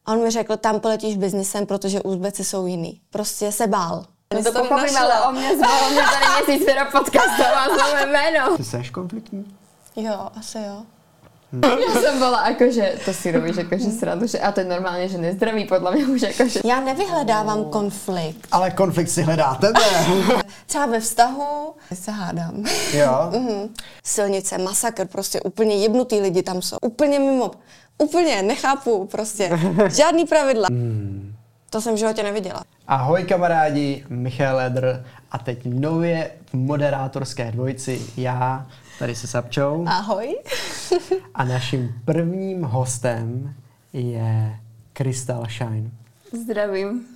A on mi řekl, tam poletíš biznisem, protože Uzbeci jsou jiný. Prostě se bál. No to pochopím, ale o mě tady měsíc do podcastu a známe jméno. Ty seš konfliktní? Jo, asi jo. Já jsem byla jakože, to si robíš jakože srandu, že a to je normálně, že nezdraví, podle mě už jakože. Já nevyhledávám konflikt. Ale konflikt si hledá tebe. Třeba ve vztahu se hádám. Jo. Silnice, masakr, prostě úplně jebnutý lidi tam jsou. Úplně mimo, úplně nechápu prostě. Žádný pravidla. To jsem v životě neviděla. Ahoj kamarádi, Michal Ledr a teď nově v moderátorské dvojici já, tady se Sapčou. Ahoj. A naším prvním hostem je Crystal Shine. Zdravím.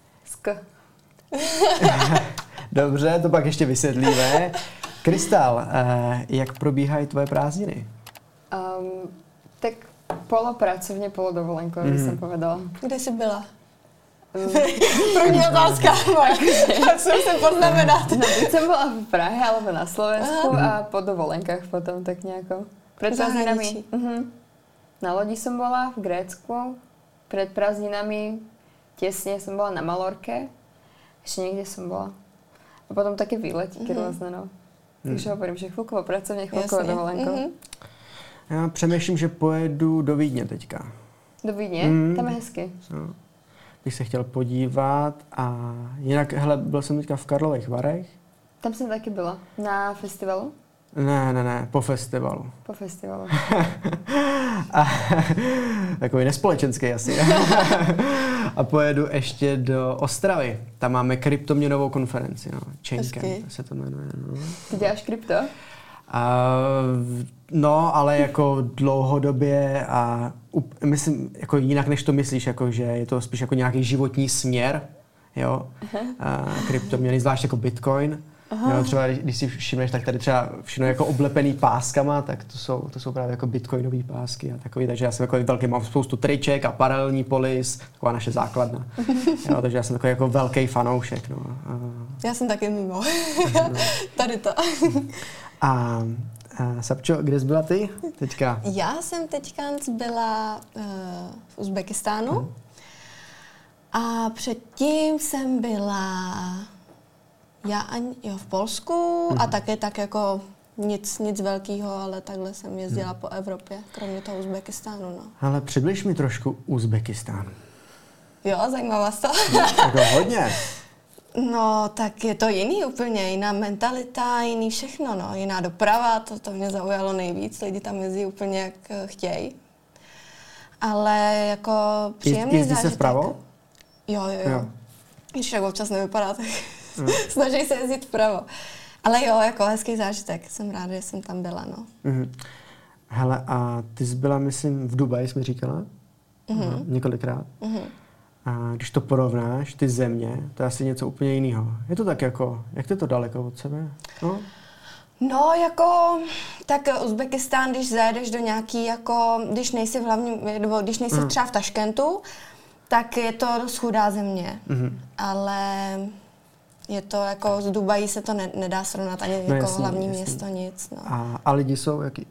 Dobře, to pak ještě vysvětlíme. Crystal, jak probíhají tvoje prázdniny? Tak polopracovně, polodovolenkově jsem povedala. Kde jsi byla? První otázka moje. Jsem se poznamenat. No, teď jsem byla v Prahe, alebo na Slovensku a po dovolenkách potom tak nejako. Před prázdninami. Na lodi jsem byla v Grécku. Před prázdninami těsně jsem byla na Malorke. Ještě někde jsem byla. A potom také výletíky různé, no. Takže hovorím, že chvilkovo pracovně, chvilkovo dovolenkou. Já přemýšlím, že pojedu do Vídně teďka. Do Vídně? Tam je hezky. No. Bych se chtěl podívat a jinak, hele, byl jsem teďka v Karlových Varech. Tam jsem taky byla. Na festivalu? Ne, po festivalu. Po festivalu. A, takový nespolečenský asi. A pojedu ještě do Ostravy. Tam máme kryptoměnovou konferenci, no. Chaincamp se to jmenuje. No. Ty děláš krypto? No, ale jako dlouhodobě a myslím, jako jinak než to myslíš, jako že je to spíš jako nějaký životní směr, jo. Kryptoměny, zvlášť jako Bitcoin. Jo, třeba když si všimneš, tak tady třeba všechno jako oblepený páskama, tak to jsou právě jako bitcoinový pásky a takový, takže já jsem takový velký, mám spoustu triček a paralelní polis, taková naše základna. Jo, takže já jsem takový jako velký fanoušek, no. Já jsem taky mimo. Tady to. A Sapčo, kde jsi byla ty teďka? Já jsem teďka byla v Uzbekistánu a předtím jsem byla v Polsku a také tak jako nic velkého, ale takhle jsem jezdila po Evropě, kromě toho Uzbekistánu, no. Ale přibliž mi trošku Uzbekistánu. Jo, zajímá vás to? Jako hodně. No, tak je to jiný úplně, jiná mentalita, jiný všechno, no. Jiná doprava, to mě zaujalo nejvíc, lidi tam jezdí úplně jak chtějí. Ale jako příjemný zážitek. Jezdí se vpravo? Jo. Když tak občas nevypadá, tak snaží se jezdit vpravo. Ale jo, jako hezký zážitek, jsem ráda, že jsem tam byla, no. Hele, a ty jsi byla, myslím, v Dubaji, jsme říkala? Několikrát. A když to porovnáš, ty země, to je asi něco úplně jiného. Je to tak jako, jak to je to daleko od sebe? No, jako, tak Uzbekistán, když zajedeš do nějaký, jako, když nejsi v hlavním, nebo když nejsi třeba v Taškentu, tak je to dost chudá země. Ale je to jako, z Dubají se to nedá srovnat ani jako jasný, hlavní město, nic, no. A lidi jsou jaký?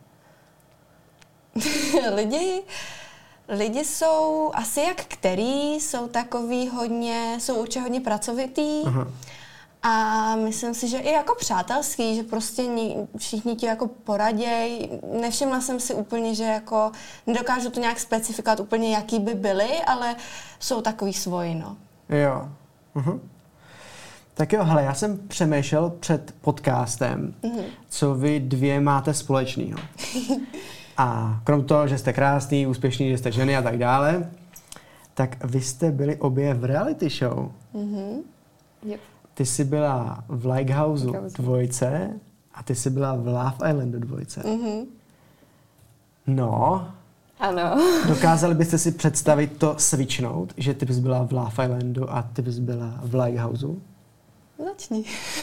Lidi jsou asi jak který, jsou takový jsou určitě hodně pracovitý a myslím si, že i jako přátelský, že prostě všichni ti jako poraděj. Nevšimla jsem si úplně, že jako nedokážu to nějak specifikovat úplně, jaký by byly, ale jsou takový svoji, no. Jo. Tak jo, hele, já jsem přemýšlel před podcastem, co vy dvě máte společného. A krom toho, že jste krásný, úspěšný, že jste ženy a tak dále, tak vy jste byli obě v reality show. Yep. Ty jsi byla v Lighthouse 2 a ty jsi byla v Love Islandu 2. No. Ano. Dokázali byste si představit to switchnout, že ty bys byla v Love Islandu a ty bys byla v Lighthouse? Začni.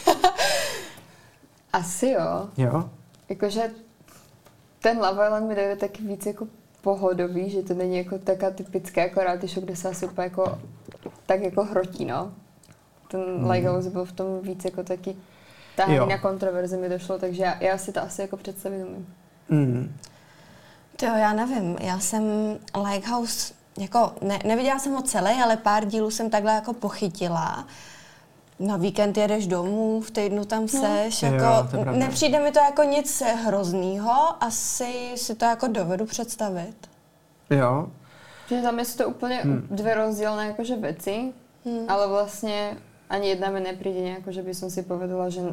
Asi jo. Jo? Jakože ten Love Island mi dojde taky víc jako pohodový, že to není jako taká typická jako reality show, kde se asi úplně jako tak jako hrotí, no. Ten Lighthouse byl v tom víc jako taky tahání na kontroverzi mi došlo, takže já si to asi jako představit umím. To jo, já nevím. Já jsem Lighthouse jako neviděla jsem ho celý, ale pár dílů jsem takhle jako pochytila. Na víkend jedeš domů, v týdnu tam seš, jako nepřijde mi to jako nic hroznýho, asi si to jako dovedu představit. Jo. Že tam jsou to úplně dvě rozdílné jakože věci, ale vlastně ani jedna mi nepríde nejako, že by som si povedala, že...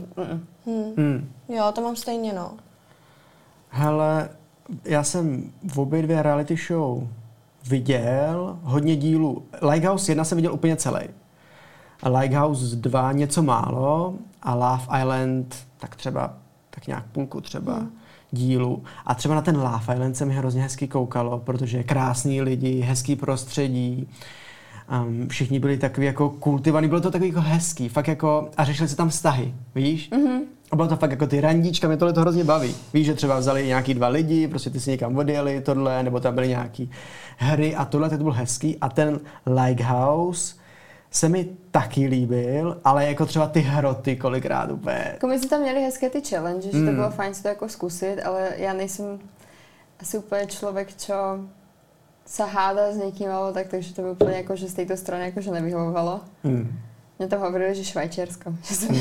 Jo, to mám stejně, no. Hele, já jsem v obě dvě reality show viděl hodně dílů. Lighthouse 1 jsem viděl úplně celý. Lighthouse 2 něco málo a Love Island tak nějak půlku třeba dílu. A třeba na ten Love Island se mi hrozně hezky koukalo, protože je krásný lidi, hezký prostředí. Všichni byli takový jako kultivovaní, bylo to takový jako hezký, fakt jako, a řešili se tam vztahy, víš? A bylo to fakt jako ty randíčka, mě tohle to hrozně baví. Víš, že třeba vzali nějaký 2 lidi, prostě ty si někam odjeli, tohle, nebo tam byly nějaký hry a tohle, tak to bylo hezký. A ten Lighthouse se mi taky líbil, ale jako třeba ty hroty kolikrát úplně. Jako my jsme tam měli hezké ty challenge, že to bylo fajn si to jako zkusit, ale já nejsem asi úplně člověk, čo sa háda s někým, ale tak, takže to bylo úplně jako, že z této strany jakože nevyhovovalo. Mě tam hovorili, že Švajčiarsko.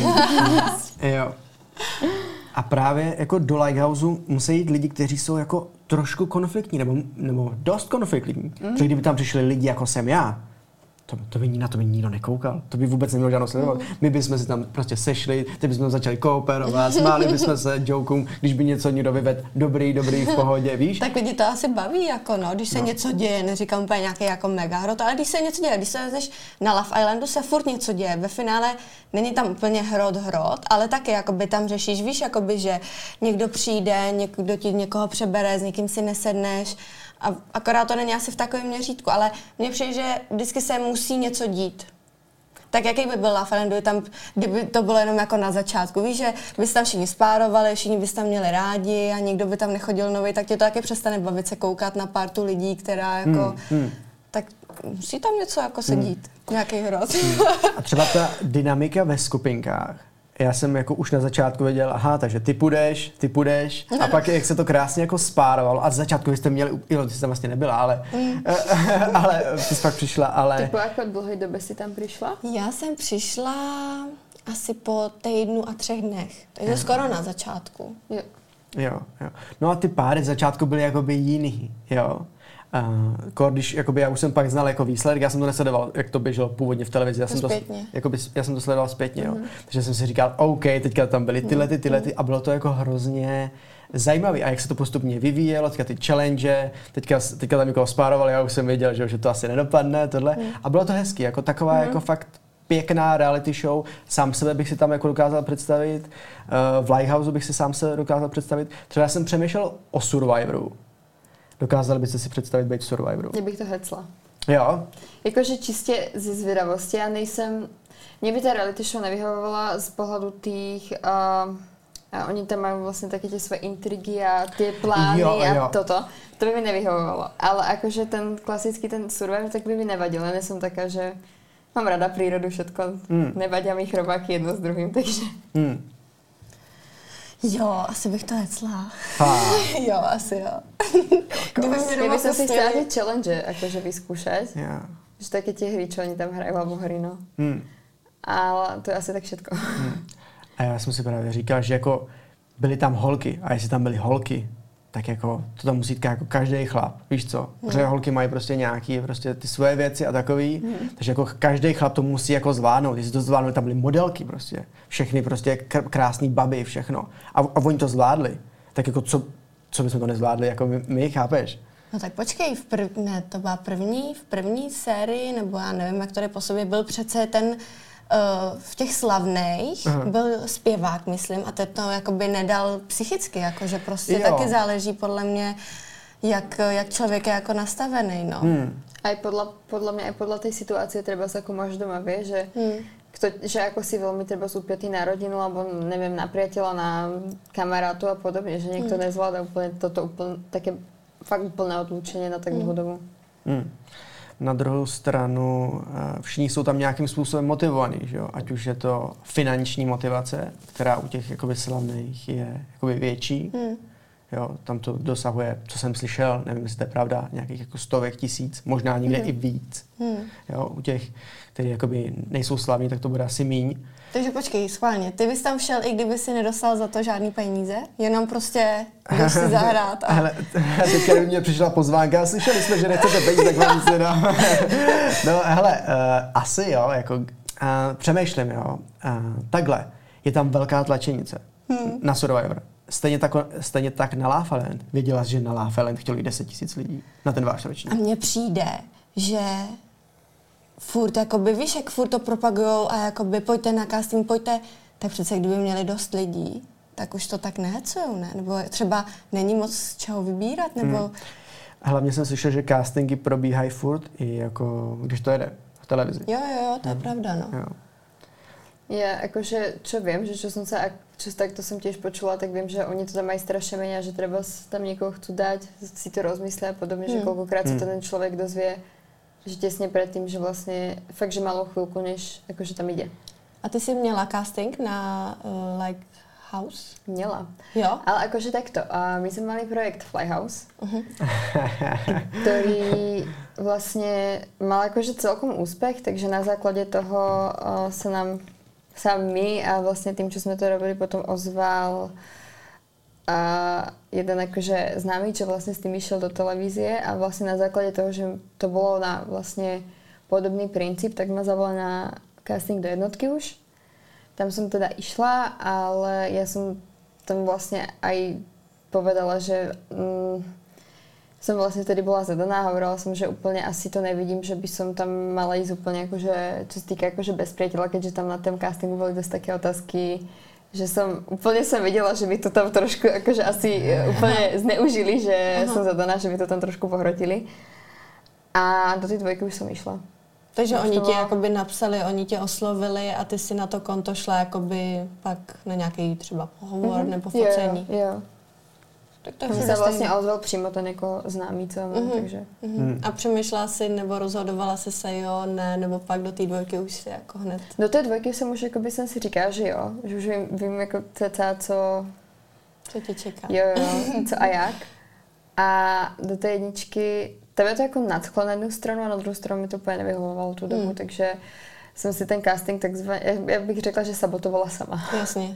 Jo. A právě jako do Lighthouseu musí jít lidi, kteří jsou jako trošku konfliktní, nebo dost konfliktní. Protože kdyby tam přišli lidi jako jsem já, na to by nikdo nekoukal. To by vůbec nemělo žádnou sledovat. My bychom si tam prostě sešli, teď bychom začali kooperovat, smáli bychom se jokům, když by něco někdo vyvedl dobrý, v pohodě, víš? Tak lidi to asi baví, jako no, když se něco děje, neříkám úplně nějaký jako mega hrot, ale když se něco děje, když se vezeš na Love Islandu, se furt něco děje. Ve finále není tam úplně hrot, ale taky jakoby tam řešíš, víš, jakoby, že někdo přijde, někdo ti někoho přebere, s někým si nesedneš. A akorát to není asi v takovém měřítku, ale mně přijde, že vždycky se musí něco dít. Tak jaký by byl Love Island, kdyby to bylo jenom jako na začátku. Víš, že by se tam všichni spárovali, všichni by se tam měli rádi a nikdo by tam nechodil nový, tak tě to taky přestane bavit se koukat na partu lidí, která jako... Tak musí tam něco jako se dít, nějaký hrot. A třeba ta dynamika ve skupinkách. Já jsem jako už na začátku věděl, aha, takže ty půjdeš a pak jak se to krásně jako spárovalo a z začátku vy jste měli, ty jsi tam vlastně nebyla, ale ty jsi pak přišla, ale... Tak po jako dlouhé době jsi tam přišla? Já jsem přišla asi po týdnu a 3 dnech, takže skoro na začátku. Jo. No a ty páry z začátku byly jakoby jiný, jo. Když jakoby, já už jsem pak znal jako výsledek, já jsem to nesledoval, jak to běželo původně v televizi. Já jsem to sledoval zpětně, jo. Takže jsem si říkal, OK, teďka tam byly tyhle a bylo to jako hrozně zajímavý. A jak se to postupně vyvíjelo, teďka ty challenge, teďka tam někoho spárovali, já už jsem věděl, že to asi nedopadne, tohle. A bylo to hezký, jako taková jako fakt pěkná reality show. Sám sebe bych si tam jako dokázal představit. V Lighthouseu bych si sám se dokázal představit. Třeba jsem přemýšlel o Survivoru. Dokázali byste si představit být v Survivoru? Já bych to hecla. Jo? Jakože čistě ze zvědavosti. Já nejsem... Mně by ta reality show nevyhovovala z pohledu těch... a oni tam mají vlastně také ty svoje intrigy a ty plány a toto. To by mi nevyhovovalo. Ale jakože ten klasický ten Survivor, tak by mi nevadilo. Já nejsem taká, že mám rada přírodu, všetko. Nevadí mi chrobáky jedno s druhým, takže... Jo, asi bych to hecla. Jo, asi jo. Já bych si chtěla ty challenge jakože vyskúšať. Že také tie hry, čo oni tam hrají, alebo hry, no. Ale to je asi tak všetko. A já jsem si právě říkal, že jako byly tam holky a jestli tam byly holky, tak jako to tam musí jako každý chlap, víš co? Protože holky mají prostě nějaký prostě ty svoje věci a takový, takže jako každý chlap to musí jako zvládnout. Jestli to zvládnou, tam byly modelky prostě, všechny prostě krásný baby, všechno. A oni to zvládli. Tak jako co bychom to nezvládli, jako my, chápeš? No tak počkej, to byla v první sérii, nebo já nevím, jak to je po sobě, byl přece ten v těch slavných byl zpěvák, myslím, a teď to jakoby nedal psychicky, jakože prostě taky záleží podle mě, jak člověk je jako nastavený, no. Aj podľa mňa aj podľa tej situácie treba sa ako máš doma, vie, že ako si veľmi treba súpiatý na rodinu, alebo neviem, na priateľa, na kamarátu a podobne, že niekto nezvláda úplne toto také fakt úplné odlúčenie na tak dlhú dobu. Na druhou stranu všichni jsou tam nějakým způsobem motivovaní, že jo? Ať už je to finanční motivace, která u těch jakoby slavných je jakoby větší, Jo, tam to dosahuje, co jsem slyšel, nevím, jestli to je pravda, nějakých jako stovek tisíc, možná někde i víc. Jo, u těch, kteří jakoby nejsou slavní, tak to bude asi míň. Takže počkej, schválně, ty bys tam šel, i kdyby si nedostal za to žádný peníze? Jenom prostě jdeš si zahrát a... Hele, teďka mě přišla pozvánka a slyšeli jsme, že nechcete peníze, tak vám nic nedám. No hele, asi jo, jako přemýšlím, jo. Takhle, je tam velká tlačenice na Survivor. Stejně tak na La Falent. Věděla jsi, že na La Falent chtělo jít 10 000 lidí na ten váš ročník. A mně přijde, že furt, jakoby, víš, jak furt to propagujou a jakoby pojďte na casting, pojďte, tak přece kdyby měli dost lidí, tak už to tak nehecujou, ne? Nebo třeba není moc z čeho vybírat, nebo... Hlavně jsem slyšel, že castingy probíhají furt i jako, když to jede v televizi. Jo, to je pravda, no. Jo. Ja, akože, čo viem, že čo som sa, čo takto som tiež počula, tak viem, že oni to tam aj strašne menia, že treba tam niekoho chcú dať, si to rozmyslia a podobne, že koľkokrát sa to ten človek dozvie, že tesne predtým, že vlastne fakt, že malo chvíľku, než akože tam ide. A ty jsi měla casting na like House? Měla. Jo? Ale akože takto, my sme mali projekt Flyhouse, ktorý vlastne mal akože celkom úspech, takže na základe toho sa nám my a vlastne tým, čo sme to robili, potom ozval jeden akože známy, čo vlastne s tým išiel do televízie a vlastne na základe toho, že to bolo na vlastne podobný princíp, tak ma zavolali na casting do jednotky už. Tam som teda išla, ale ja som tam vlastne aj povedala, že som vlastne vtedy bola zadaná a hovorila som, že úplne asi to nevidím, že by som tam mala ísť úplne akože, čo sa týka akože bez priateľa, keďže tam na tom castingu boli dosť také otázky, že som videla, že by to tam trošku akože asi úplne zneužili, že som zadaná, že by to tam trošku pohrotili. A do tej dvojky už som išla. Takže oni ti jakoby napsali, oni tě oslovili a ty si na to konto šla jakoby pak na nějaký třeba pohovor nebo focení. Jo. Tak to je se vlastně ozval přímo ten jako známý, co mám, takže. A přemýšlela si nebo rozhodovala si se jo, ne, nebo pak do té dvojky už si jako hned? Do té dvojky jsem už jakoby jsem si říkala, že jo, že už vím jako cca, co tě čeká. Jo, co a jak. A do té jedničky tam je to jako nadchlo na jednu stranu a na druhou stranu mi to úplně nevyhovovalo tu dobu, takže jsem si ten casting takzvaně, já bych řekla, že sabotovala sama. Jasně.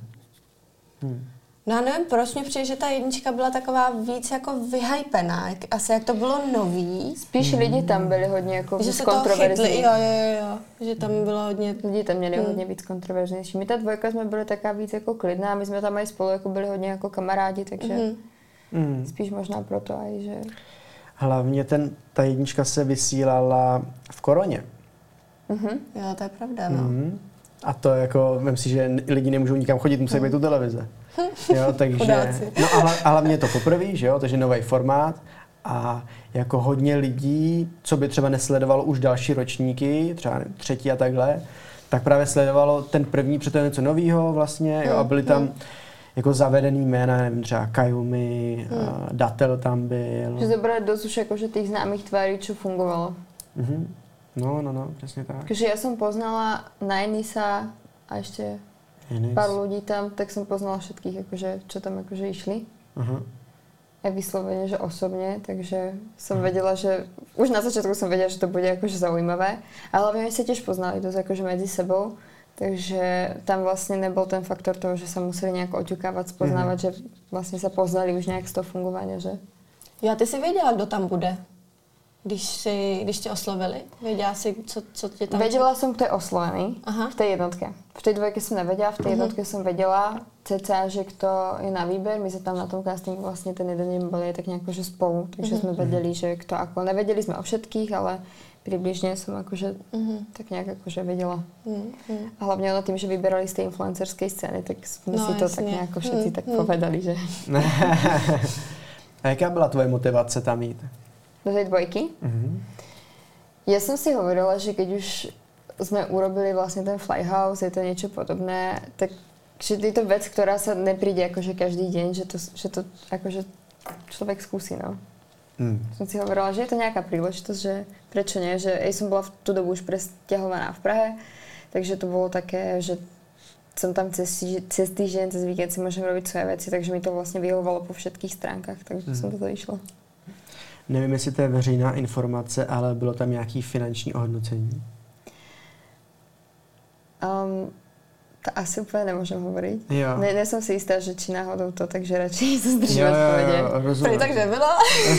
No a nevím, proč mě přijde, že ta jednička byla taková víc jako vyhypená, asi jak to bylo nový. Spíš lidi tam byli hodně jako že víc kontroverzní. Jo, že tam bylo hodně... Lidi tam měli hodně víc kontroverznější. My ta dvojka jsme byli taká víc jako klidná, my jsme tam i spolu jako byli hodně jako kamarádi, takže spíš možná proto aj, že... Hlavně ta jednička se vysílala v koroně. Jo, to je pravda, no. A to jako, vem si, že lidi nemůžou nikam chodit, musí být u televize. Jo, takže, no a hlavně je to poprvé, že jo, takže nový formát a jako hodně lidí, co by třeba nesledovalo už další ročníky, třeba třetí a takhle, tak právě sledovalo ten první, protože to je něco novýho vlastně, jo, a byli tam jako zavedený jména, nevím, třeba Kajumi, Datel tam byl. Že zobrali dosť už akože tých známych tváří, čo fungovalo. No, přesně tak. Takže ja som poznala Nainisa a ešte pár ľudí tam, tak som poznala všetkých, akože, čo tam akože išli. Aj vyslovene, že osobne, takže som vedela, že už na začiatku som vedela, že to bude akože zaujímavé. A hlavne my sa tiež poznali dosť akože medzi sebou. Takže tam vlastne nebol ten faktor toho, že sa museli nejako oťukávať, spoznávať, že vlastne sa poznali už nejak z toho fungovania, že? Jo, a ty si věděla, kdo tam bude, když tě oslovili? Věděla si, co tě tam... Vedela som, kto je oslovený v tej jednotke. V tej dvojke som nevedela, v tej jednotke som vedela cca, že kto je na výber. My sme tam na tom castingu vlastne ten jeden deň boli tak nejako, že spolu, takže sme vedeli, že kto ako. Nevedeli sme o všetkých, ale približne som akože tak nejak akože vedela. A hlavne ono tým, že vyberali z tej influencerskej scény, tak sme si to tak nejako všetci tak povedali, že... A jaká byla tvoje motivace tam jít? Do tej dvojky? Ja som si hovorila, že keď už sme urobili vlastne ten Flyhouse, je to niečo podobné, tak že je to vec, ktorá sa nepríde akože každý deň, že to akože človek skúsi, no. Som si hovorila, že je to nejaká príležitosť, že prečo nie, že som bola v tú dobu už presťahovaná v Prahe, takže to bolo také, že som tam cez týždeň, cez víkend si môžem robiť svoje veci, takže mi to vlastne vyhovovalo po všetkých stránkách, takže som to išlo. Nevím, jestli to je veřejná informace, ale bylo tam nějaké finanční ohodnocení? To asi úplně nemôžem hovoriť. Jo. Ne som si istá, že či náhodou to, takže radšej sa zdržím odpovede. Rozumím. Takže byla.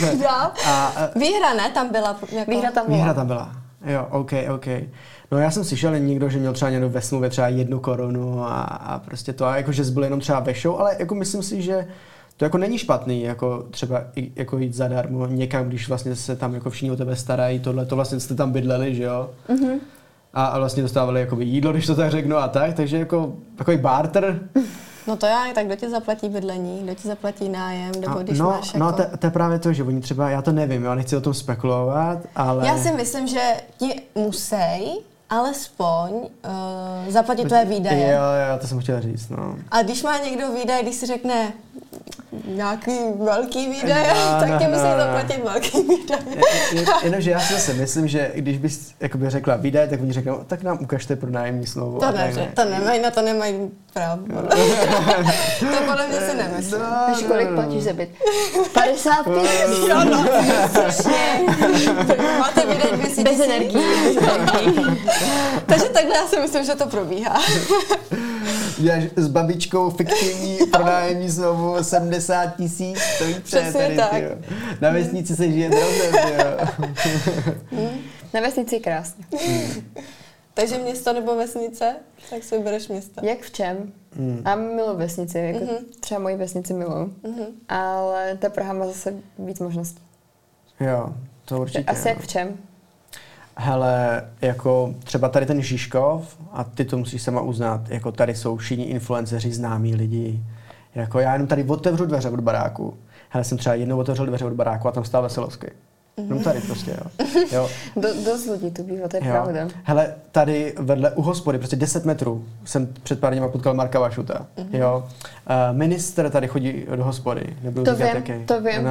Výhra ne, tam byla. Jako... Výhra tam byla. Jo, OK. No já jsem slyšel někdo, že měl třeba někdo ve smluvě třeba 1 korunu a prostě to, a jakože zbyl jenom třeba ve show, ale jako myslím si, že to jako není špatný, jako třeba jako jít zadarmo někam, když vlastně se tam jako všichni o tebe starají, tohle, to vlastně jste tam bydleli, že jo? Mm-hmm. A vlastně dostávali jakoby jídlo, když to tak řeknu a tak, takže jako takový barter. No to já, tak kdo ti zaplatí bydlení, kdo ti zaplatí nájem, nebo když máš jako... No to je právě to, že oni třeba, já to nevím, já nechci o tom spekulovat, ale... Já si myslím, že ti musí alespoň zaplatit tvé výdaje. Jo, to jsem chtěla říct, no. A když má někdo výdaje, když si řekne nějaký velký výdaje, tak ti musí zaplatit velký výdaje. Jenomže já si zase myslím, že když bys jakoby řekla výdaje, tak oni řeknou, tak nám ukažte pronájemní smlouvu. Na to nemají právo. To podle mě si nemyslím. Víš, kolik platíš za byt? 50 000. Jo, no, přesně. Máte výdaj 200 000. Bez energií. Takže takhle já si myslím, že to probíhá. Děláš s babičkou fiktivní pronájemní smlouvu 70 000, to víš přesně tak. Na vesnici se žije drobem, jo. Na vesnici je krásně. Takže město nebo vesnice, tak si vybereš město. Jak v čem? A miluji vesnici, jako třeba moji vesnici miluji. Ale ta Praha má zase víc možností. Jo, to určitě. Asi jak v čem? Hele, jako třeba tady ten Žižkov, a ty to musíš sama uznat, jako tady jsou všichni influenceři, známí lidi. Jako já jenom tady otevřu dveře od baráku. Hele, jsem třeba jednou otevřel dveře od baráku a tam stál Veselovský. No tady prostě, jo. Dost lidí tu bývá, to je pravda. Hele, tady vedle u hospody, prostě 10 metrů, jsem před pár dněma potkal Marka Vašuta, jo. Ministr tady chodí do hospody, nebudu říkat jaký. To vím.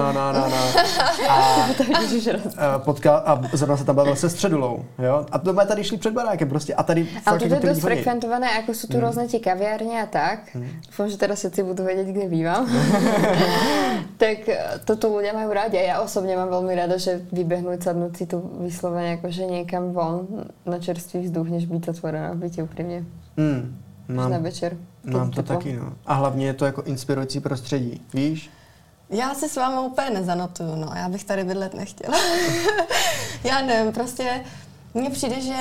A potkal a zrovna se tam bavil se Středulou, jo. A to tady šli před barákem prostě a tady ale to je dost frekventované, jako jsou tu různé ti kaviárně a tak. Doufám, že teda všetci budú vedieť, kde bývam. Tak toto ľudia majú rádi a ja osobne mám veľmi rada, že vybehnúť, sadnúť si tu vyslovene akože niekam von na čerstvý vzduch, než být zatvorená v bytě upřímně. Na večer. Mám to taky, no. A hlavně je to jako inspirující prostředí, víš? Já si s váma úplně nezanotuju, no. Já bych tady bydlet nechtěla. Já nevím, prostě mně přijde, že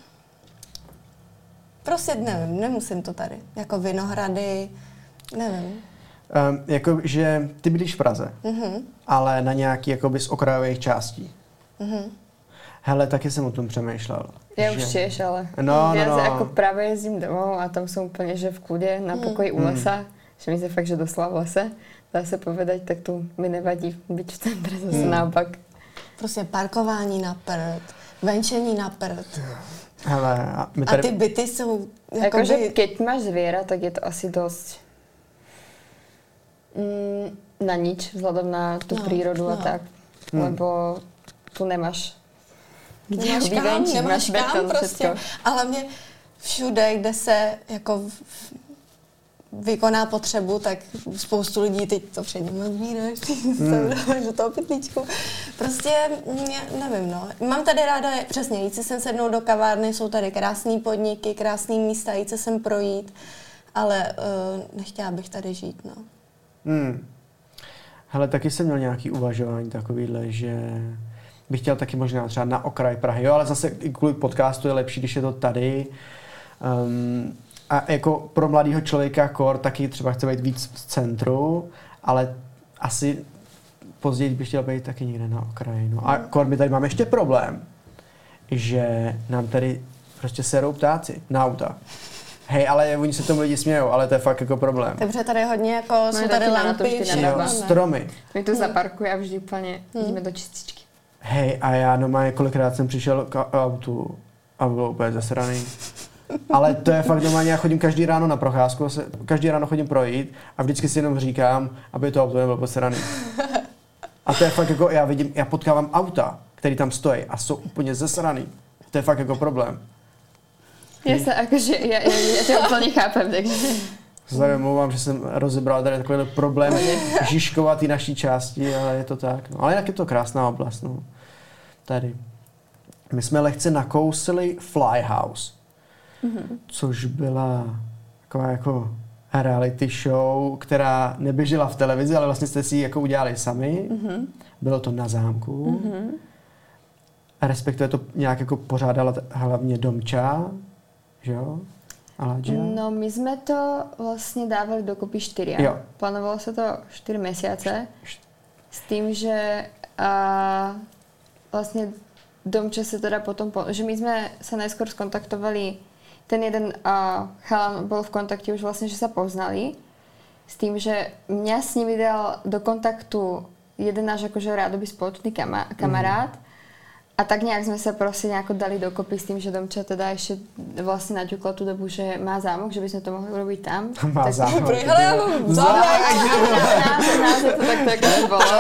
prostě nevím, nemusím to tady. Jako Vinohrady, nevím. Jako, že ty bydlíš v Praze, ale na nějaký jakoby z okrajových částí. Hele, taky jsem o tom přemýšlel. Já už těž, ale no. jako právě jezdím domů a tam jsem úplně, že v kludě, na pokoji u lesa, že mi se fakt, že doslova v lese, dá se povedať, tak tu mi nevadí být v centre zase naopak. Prostě parkování na prd, venčení na prd. Hele, a ty byty jsou jakože keď máš zviera, tak je to asi dost na nič, vzhľadom na tú prírodu a tak. Lebo tu nemáš nemáš kam prostě. Ale mě všude, kde se jako vykoná potřebu, tak spoustu lidí teď to před ním odbíráš, do toho pytlíčku. Prostě, nevím, no. Mám tady ráda, přesně, jít si sem sednout do kavárny, jsou tady krásný podniky, krásný místa, jít se sem projít, ale nechtěla bych tady žít, no. Hele, taky jsem měl nějaký uvažování takovýhle, že bych chtěl taky možná třeba na okraj Prahy, jo, ale zase kvůli podcastu je lepší, když je to tady. A jako pro mladého člověka kor taky třeba chce být víc v centru, ale asi později bych chtěl být taky někde na okraji. No. A kor my tady máme ještě problém, že nám tady prostě serou ptáci na auta. Hej, ale oni se tomu lidi smějou, ale to je fakt jako problém. Takže tady hodně jako jsou tady lampy, stromy. My tu zaparkují a vždy úplně jdeme do čističky. Hej, a já normálně kolikrát jsem přišel k autu a bylo úplně zasraný. Ale to je fakt normálně, já chodím každý ráno na procházku, každý ráno chodím projít a vždycky si jenom říkám, aby to auto nebylo posraný. A to je fakt jako, já potkávám auta, které tam stojí a jsou úplně zasraný. To je fakt jako problém. Ja to úplne chápem, takže... Mluvám, že jsem rozebral tady takovýhle problém Žižkova té naší části, ale je to tak. No. Ale jinak je to krásná oblast. No. Tady. My jsme lehce nakousli Fly House, což byla taková jako reality show, která neběžela v televizi, ale vlastně jste si ji jako udělali sami. Bylo to na zámku. Respektive to nějak jako pořádala hlavně Domča, že jo? No my sme to vlastne dávali dokopy 4. Plánovalo sa to 4 mesiace s tým, že vlastne Domča sa teda potom, že my sme sa najskôr skontaktovali, ten jeden chalan bol v kontakte už vlastne, že sa poznali s tým, že mňa s nimi dal do kontaktu jeden náš akože rádoby spoločný kamarát. A tak nejak sme sa proste nejako dali dokopy s tým, že Domča teda ešte vlastne naťukla tú dobu, že má zámok, že by sme to mohli urobiť tam. Má zámok. Ale ja mám zámok. Naozaj to tak bolo.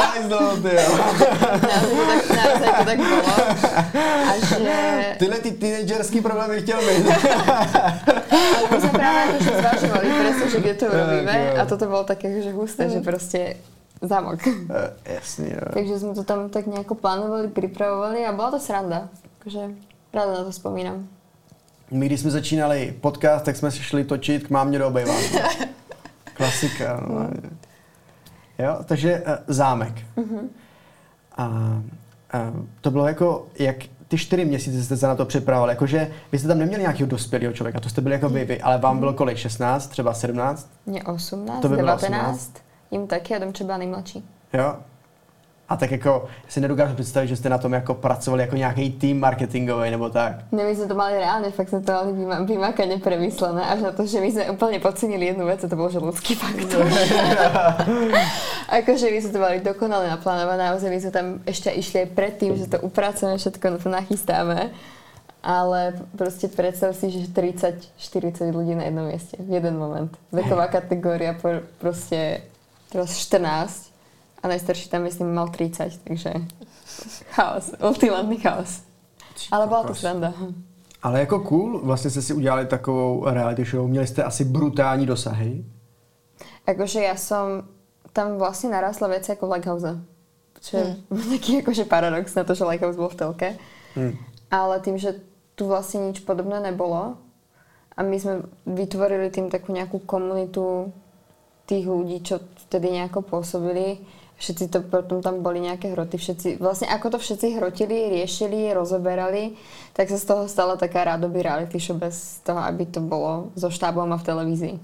Naozaj to tak bolo. A že... Tyhle ty teenagerský problémy chtěl mít. Ale my sme práve akože zvažovali presne, že kde to urobíme. A toto bolo také akože husté, že proste zámok. Jasně, jo. Takže jsme to tam tak nějak plánovali, připravovali a byla to sranda. Takže ráda na to vzpomínám. My, když jsme začínali podcast, tak jsme se šli točit k mámě do obejváku. Klasika. No. Jo, takže zámek. A to bylo jako, jak ty 4 měsíce jste se na to připravovali. Jakože vy jste tam neměli nějakého dospělého člověka, to jste byli jako vy, ale vám bylo kolik? 16, třeba 17? Mě 18, to by 19. Jim taky a Domča byla nejmladší. Jo. A tak jako si nedokážu představit, že jste na tom jako pracovali jako nějaký tým marketingový nebo tak. Ne, my jsme to mali reálně, fakt jsme to mali vymakaně premyslené, až na to, že my jsme úplně podcenili jednu věc a to byl že ľudský faktor. Akože my jsme to mali dokonale naplánované, naozaj my jsme tam ještě išli aj predtým, že to upracujeme, všetko na to nachystáme. Ale prostě představ si, že 30-40 lidí na jednom městě v jeden moment. Veková kategória prostě teraz 14 a najstarší tam myslím mal 30, takže chaos, ultimátní chaos. Ale byla to sranda. Ale jako cool, vlastně jste si udělali takovou reality show, měli jste asi brutální dosahy. Akože ja som tam vlastne narásla veci ako v Lighthouse. Čo je taký akože paradox na to, že Lighthouse bol v telke. Ale tým, že tu vlastne nič podobné nebolo a my sme vytvorili tým takú nejakú komunitu tých ľudí, čo vtedy nejako pôsobili. Všetci to potom tam boli nejaké hroty. Všetci, vlastne ako to všetci hrotili, riešili, rozoberali, tak sa z toho stala taká rádoby reality show bez toho, aby to bolo so štábom a v televízii.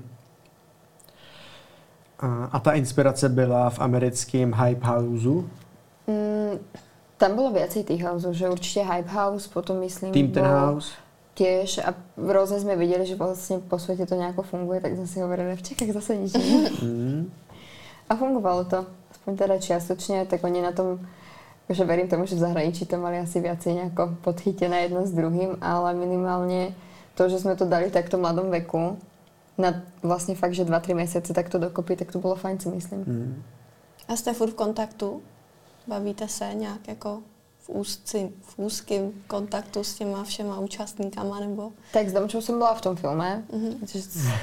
A ta inspirace byla v americkém Hype Houseu? Tam bolo viacej tých houseov, že určite Hype House, potom myslím... Team House? Tiež a rôzne sme videli, že vlastne po svete to nejako funguje, tak sme si hovorili, v Čechách zase nič nie. A fungovalo to, aspoň teda čiastočne, tak oni na tom, že verím tomu, že v zahraničí to mali asi viacej nejako podchytené jedno s druhým, ale minimálne to, že sme to dali v takto mladom veku, na vlastne fakt, že 2-3 mesiace takto dokopy, tak to bolo fajn, si myslím. A jste furt v kontaktu? Bavíte se nějak jako v úzkém kontaktu s těma všema účastníkama, nebo? Tak s Domčou jsem byla v tom filme. Takže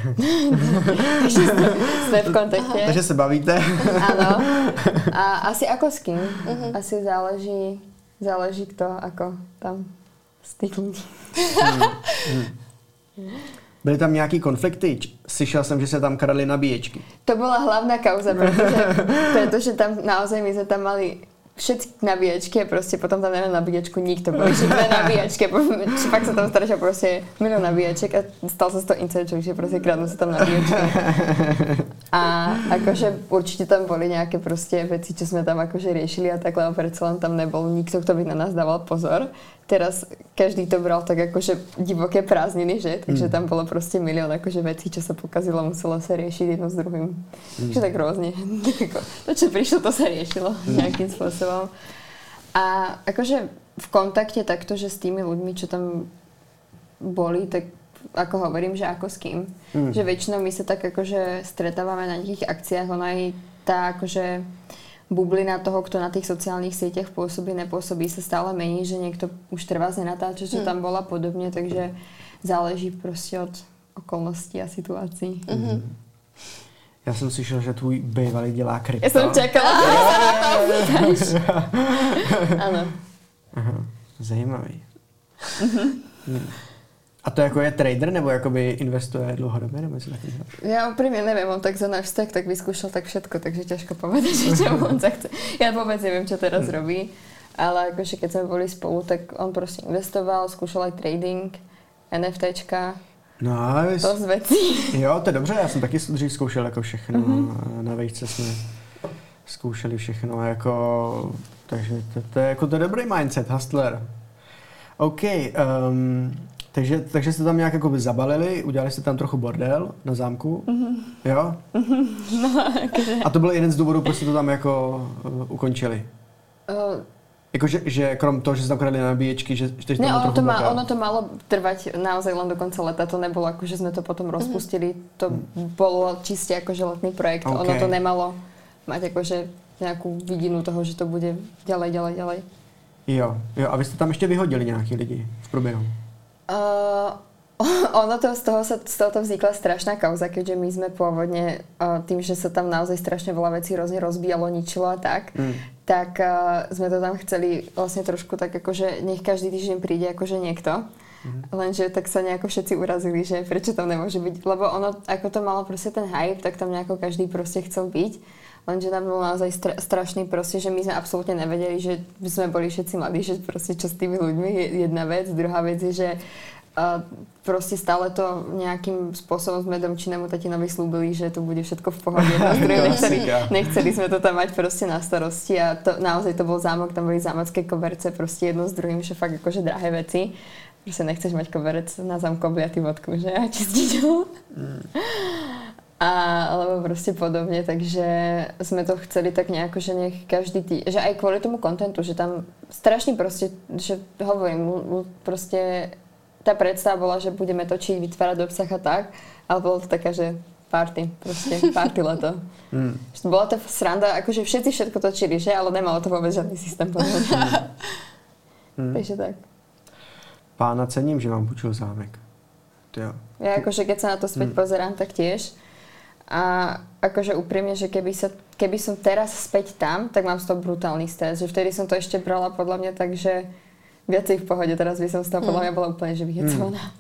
jsme v kontakte. Takže se bavíte? Ano. A asi ako s kým. Asi záleží kto, ako tam z těch lidí. Byly tam nějaký konflikty? Slyšel jsem, že se tam kradly nabíječky. To byla hlavná kauza, protože tam naozaj my jsme tam mali všetky nabíjačky a prostě potom tam neměl nabíjačku nikto. Boli všetké nabíjačky. Fakt sa tam strašil prostě milión nabíjaček a stal sa z toho incident, že prostě kradnú sa tam nabíjačky. A akože určite tam boli nejaké prostě veci, čo sme tam akože riešili a takhle, a predsa len tam nebol nikto, kto by na nás dával pozor. Teraz každý to bral tak akože divoké prázdniny, že? Takže tam bolo prostě milión akože vecí, čo sa pokazilo, muselo sa riešiť jedno s druhým. Takže tak rôzne. To, čo prišlo, to sa riešilo nejakým spôsobom. A akože v kontakte takto, že s tými ľuďmi, čo tam boli, tak ako hovorím, že ako s kým. Že väčšinou my sa tak akože stretávame na nejakých akciách, ona aj tá akože bublina toho, kto na tých sociálnych sieťach pôsobí, nepôsobí, sa stále mení, že niekto už trvá nenatáča, že tam bola podobne, takže záleží prostě od okolností a situací. Já jsem slyšel, že tvůj bývalý dělá krypto. Já jsem čekala, že se na to Ano. Aha, zajímavý. A to jako je trader, nebo jakoby investuje dlouhodobě, nebo něco takového? Ja úprimne neviem, on tak za náš vztah tak vyskúšal tak všetko, takže ťažko povedať, že čemu on sa chce. Ja vôbec neviem, čo teraz robí, ale akože keď sme boli spolu, tak on prostě investoval, skúšal aj trading, NFTčka, nice. dosť vecí. Jo, to je dobře, já jsem taky dřív zkoušel jako všechno. Na vejce jsme zkoušeli všechno, jako, takže to je jako to je dobrý mindset, hustler. OK, takže jste tam nějak jakoby zabalili, udělali jste tam trochu bordel na zámku, jo? No, akože... A to byl jeden z důvodů, proč jste to tam jako ukončili? Jakože že krom toho, že se tam kradli nabíječky, že tam ne, ono to malo trvať naozaj len do konca leta, to nebolo ako, že sme to potom rozpustili, to bolo čiste akože letný projekt, ono to nemalo mať akože nejakú vidinu toho, že to bude ďalej. Jo, a vy jste tam ještě vyhodili nějaký lidi v průběhu? Ono to z toho to vznikla strašná kauza, keďže my sme pôvodne tým, že sa tam naozaj strašne veľa vecí rôzne rozbíjalo, ničilo a tak, tak sme to tam chceli vlastne trošku tak akože nech každý týždeň príde akože niekto. Lenže tak sa nejako všetci urazili, že prečo tam nemôže byť, lebo ono, ako to malo proste ten hype, tak tam nejako každý proste chcel byť. Lenže tam bol naozaj strašný proste, že my sme absolútne nevedeli, že sme boli všetci mladí, že proste čo s tými ľuďmi je jedna vec. Druhá vec je, že proste stále to nejakým spôsobom sme Domčinému tatinovi slúbili, že to bude všetko v pohode. Nechceli sme to tam mať proste na starosti a to, naozaj to bol zámok, tam boli zámocké koberce, proste jedno s druhým, že fakt akože drahé veci. Proste nechceš mať koberec na zámku obliatý vodku, že a čistiť ho. Alebo proste podobne, takže sme to chceli tak nejako, že nech každý že aj kvôli tomu kontentu, že tam strašne proste, že hovorím, proste tá predstava bola, že budeme točiť, vytvárať obsah a tak, ale bolo to taká, že party leto. Bola to sranda, akože všetci všetko točili, že? Ale nemalo to vôbec žiadny systém. Takže tak. Pána cením, že vám půjčil zámek. Jo. Ja akože keď sa na to späť pozerám, tak tiež. A akože úprimne, že keby som teraz späť tam, tak mám z toho brutálny stres. Že vtedy som to ešte brala podľa mňa tak, že viacej v pohode. Teraz by som z toho podľa mňa bola úplne že vyhecovaná.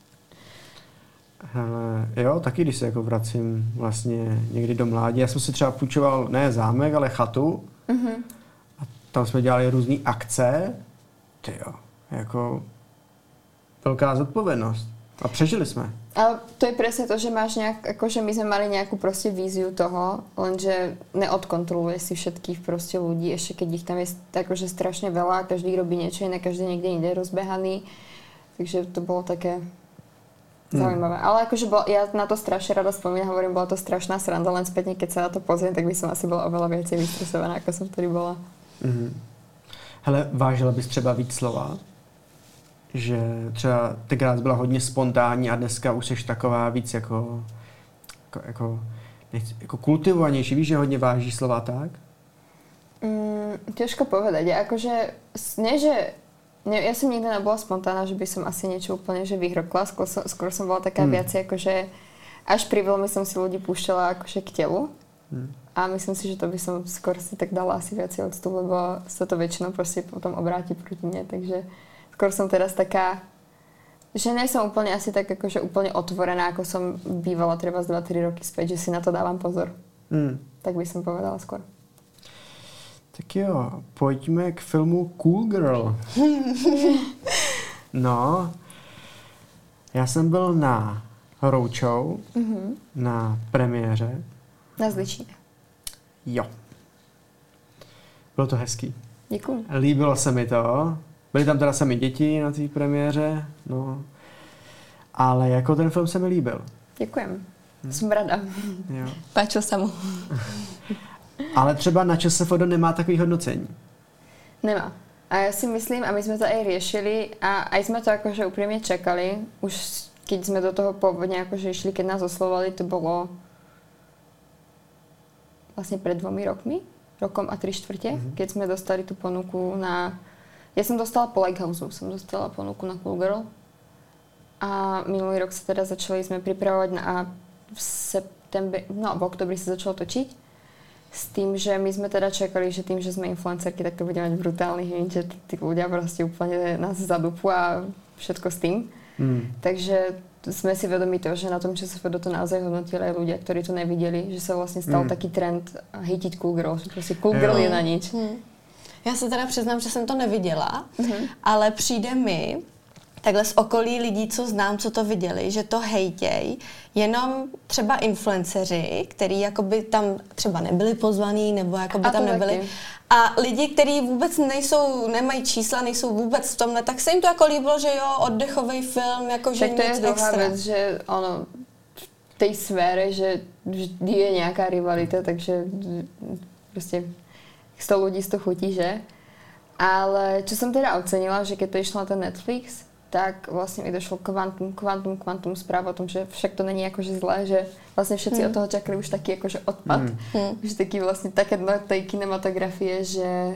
Hele, jo, taky když se jako vracím vlastně někdy do mládí. Já jsem si třeba půjčoval ne zámek, ale chatu. A tam jsme dělali různé akce. Tyjo, jako velká zodpovědnost. A přežili jsme. Ale to je presne to, že máš nejak, akože my sme mali nejakú proste víziu toho, lenže neodkontroluje si všetkých proste ľudí, ešte keď ich tam je akože strašne veľa, každý robí niečo iné, každý niekde inde rozbehaný, takže to bolo také zaujímavé. Ale akože ja na to strašne rada spomínam, hovorím, bola to strašná sranda, len spätne, keď sa na to pozriem, tak by som asi bola oveľa viacej vystresovaná, ako som vtedy bola. Hele, vážila bys třeba víc slova? Že třeba tenkrát byla hodně spontánní a dneska už jsi taková víc jako kultivovanější. Víš, že hodně váží slova tak? Ťažko povedať. Ja akože, ja som nikdy nebola spontánna, že by som asi niečo úplne že vyhrokla. Skôr som bola taká viacej akože, až pri veľmi som si ľudí púšťala akože k telu. A myslím si, že to by som skôr si tak dala asi viacej odstup, lebo sa to väčšinou proste potom obráti proti mne, takže skôr som teraz taká, že nie som úplne asi tak akože úplne otvorená, ako som bývala treba z 2-3 roky späť, že si na to dávam pozor. Tak by som povedala skôr. Tak jo, pojďme k filmu Cool Girl. No, já jsem byl na Roadshow, na premiéře. Na Zličíně. Jo. Bylo to hezký. Děkuju. Líbilo se mi to. Byly tam teda sami děti na té premiéře, no. Ale jako ten film se mi líbil. Děkujem. Jsem rada. Jo. Páčil se mu. Ale třeba na ČSFD nemá takový hodnocení. Nemá. A ja si myslím, a my sme to aj riešili a aj sme to akože úprimne čakali. Už keď sme do toho pôvodne akože išli, keď nás oslovali, to bolo vlastne pred 2 rokmi. rokom a 3/4, keď sme dostali tú ponuku na... Ja som dostala po Lighthouse, som dostala ponuku na Cool Girl. A minulý rok sa teda sme pripravovať na v oktobri sa začalo točiť. S tým, že my sme teda čakali, že tým, že sme influencerky, tak to bude mať brutálny hint, že tí ľudia proste úplne nás zadupú a všetko s tým. Takže sme si vedomi toho, že na tom ČSFD to naozaj hodnotili aj ľudia, ktorí to nevideli, že sa vlastne stal taký trend hejtiť Cool Girl, že proste Cool Girl je na nič. Já se teda přiznám, že jsem to neviděla, ale přijde mi takhle z okolí lidí, co znám, co to viděli, že to hejtěj jenom třeba influenceři, který jakoby tam třeba nebyli pozvaní, nebo jakoby tam nebyli. Taky. A lidi, kteří vůbec nemají čísla, nejsou vůbec v tomhle, tak se jim to jako líbilo, že jo, oddechový film, jako že nic extra. Tak to je druhá vec, že ono v tej sfére, že vždy je nějaká rivalita, takže prostě 100 ľudí z toho chutí, že? Ale čo som teda ocenila, že keď to išlo na ten Netflix, tak vlastne mi došlo kvantum správ o tom, že však to není akože zlé, že vlastne všetci od toho čakali už taký akože odpad. Že taký vlastne také do tej kinematografie, že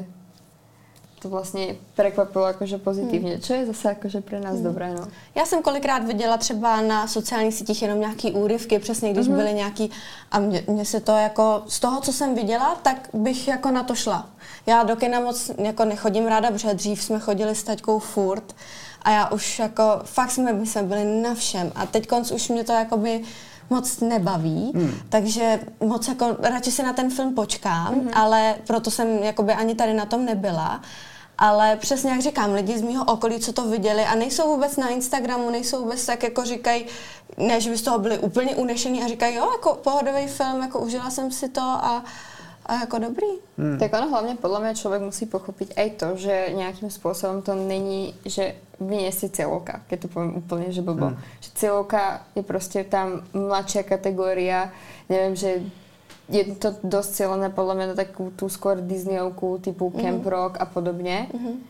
to vlastně prekvapilo akože pozitívně, čo je zase akože pre nás dobré, no. Já jsem kolikrát viděla třeba na sociálních sítích jenom nějaký úryvky, přesně když byly nějaký, a mě se to jako, z toho, co jsem viděla, tak bych jako na to šla. Já do kina moc jako nechodím ráda, protože dřív jsme chodili s taťkou furt a já už jako, fakt my jsme byli na všem a teďkonc už mě to jakoby moc nebaví, takže moc jako radši si na ten film počkám, ale proto jsem jakoby ani tady na tom nebyla. Ale přesně jak říkám, lidi z mýho okolí, co to viděli a nejsou vůbec na Instagramu, nejsou vůbec tak jako říkají, ne, že by z toho byli úplně unešení a říkají, jo, jako pohodový film, jako užila jsem si to a jako dobrý. Tak ono hlavně podle mě člověk musí pochopit aj to, že nějakým způsobem to není, že vyniesie cieľovka, keď to poviem úplne, že blbo. Že cieľovka je prostě tam mladšia kategória, neviem, že je to dosť cieľené podľa mňa na takú tú skôr Disneyovku typu Camp Rock a podobne.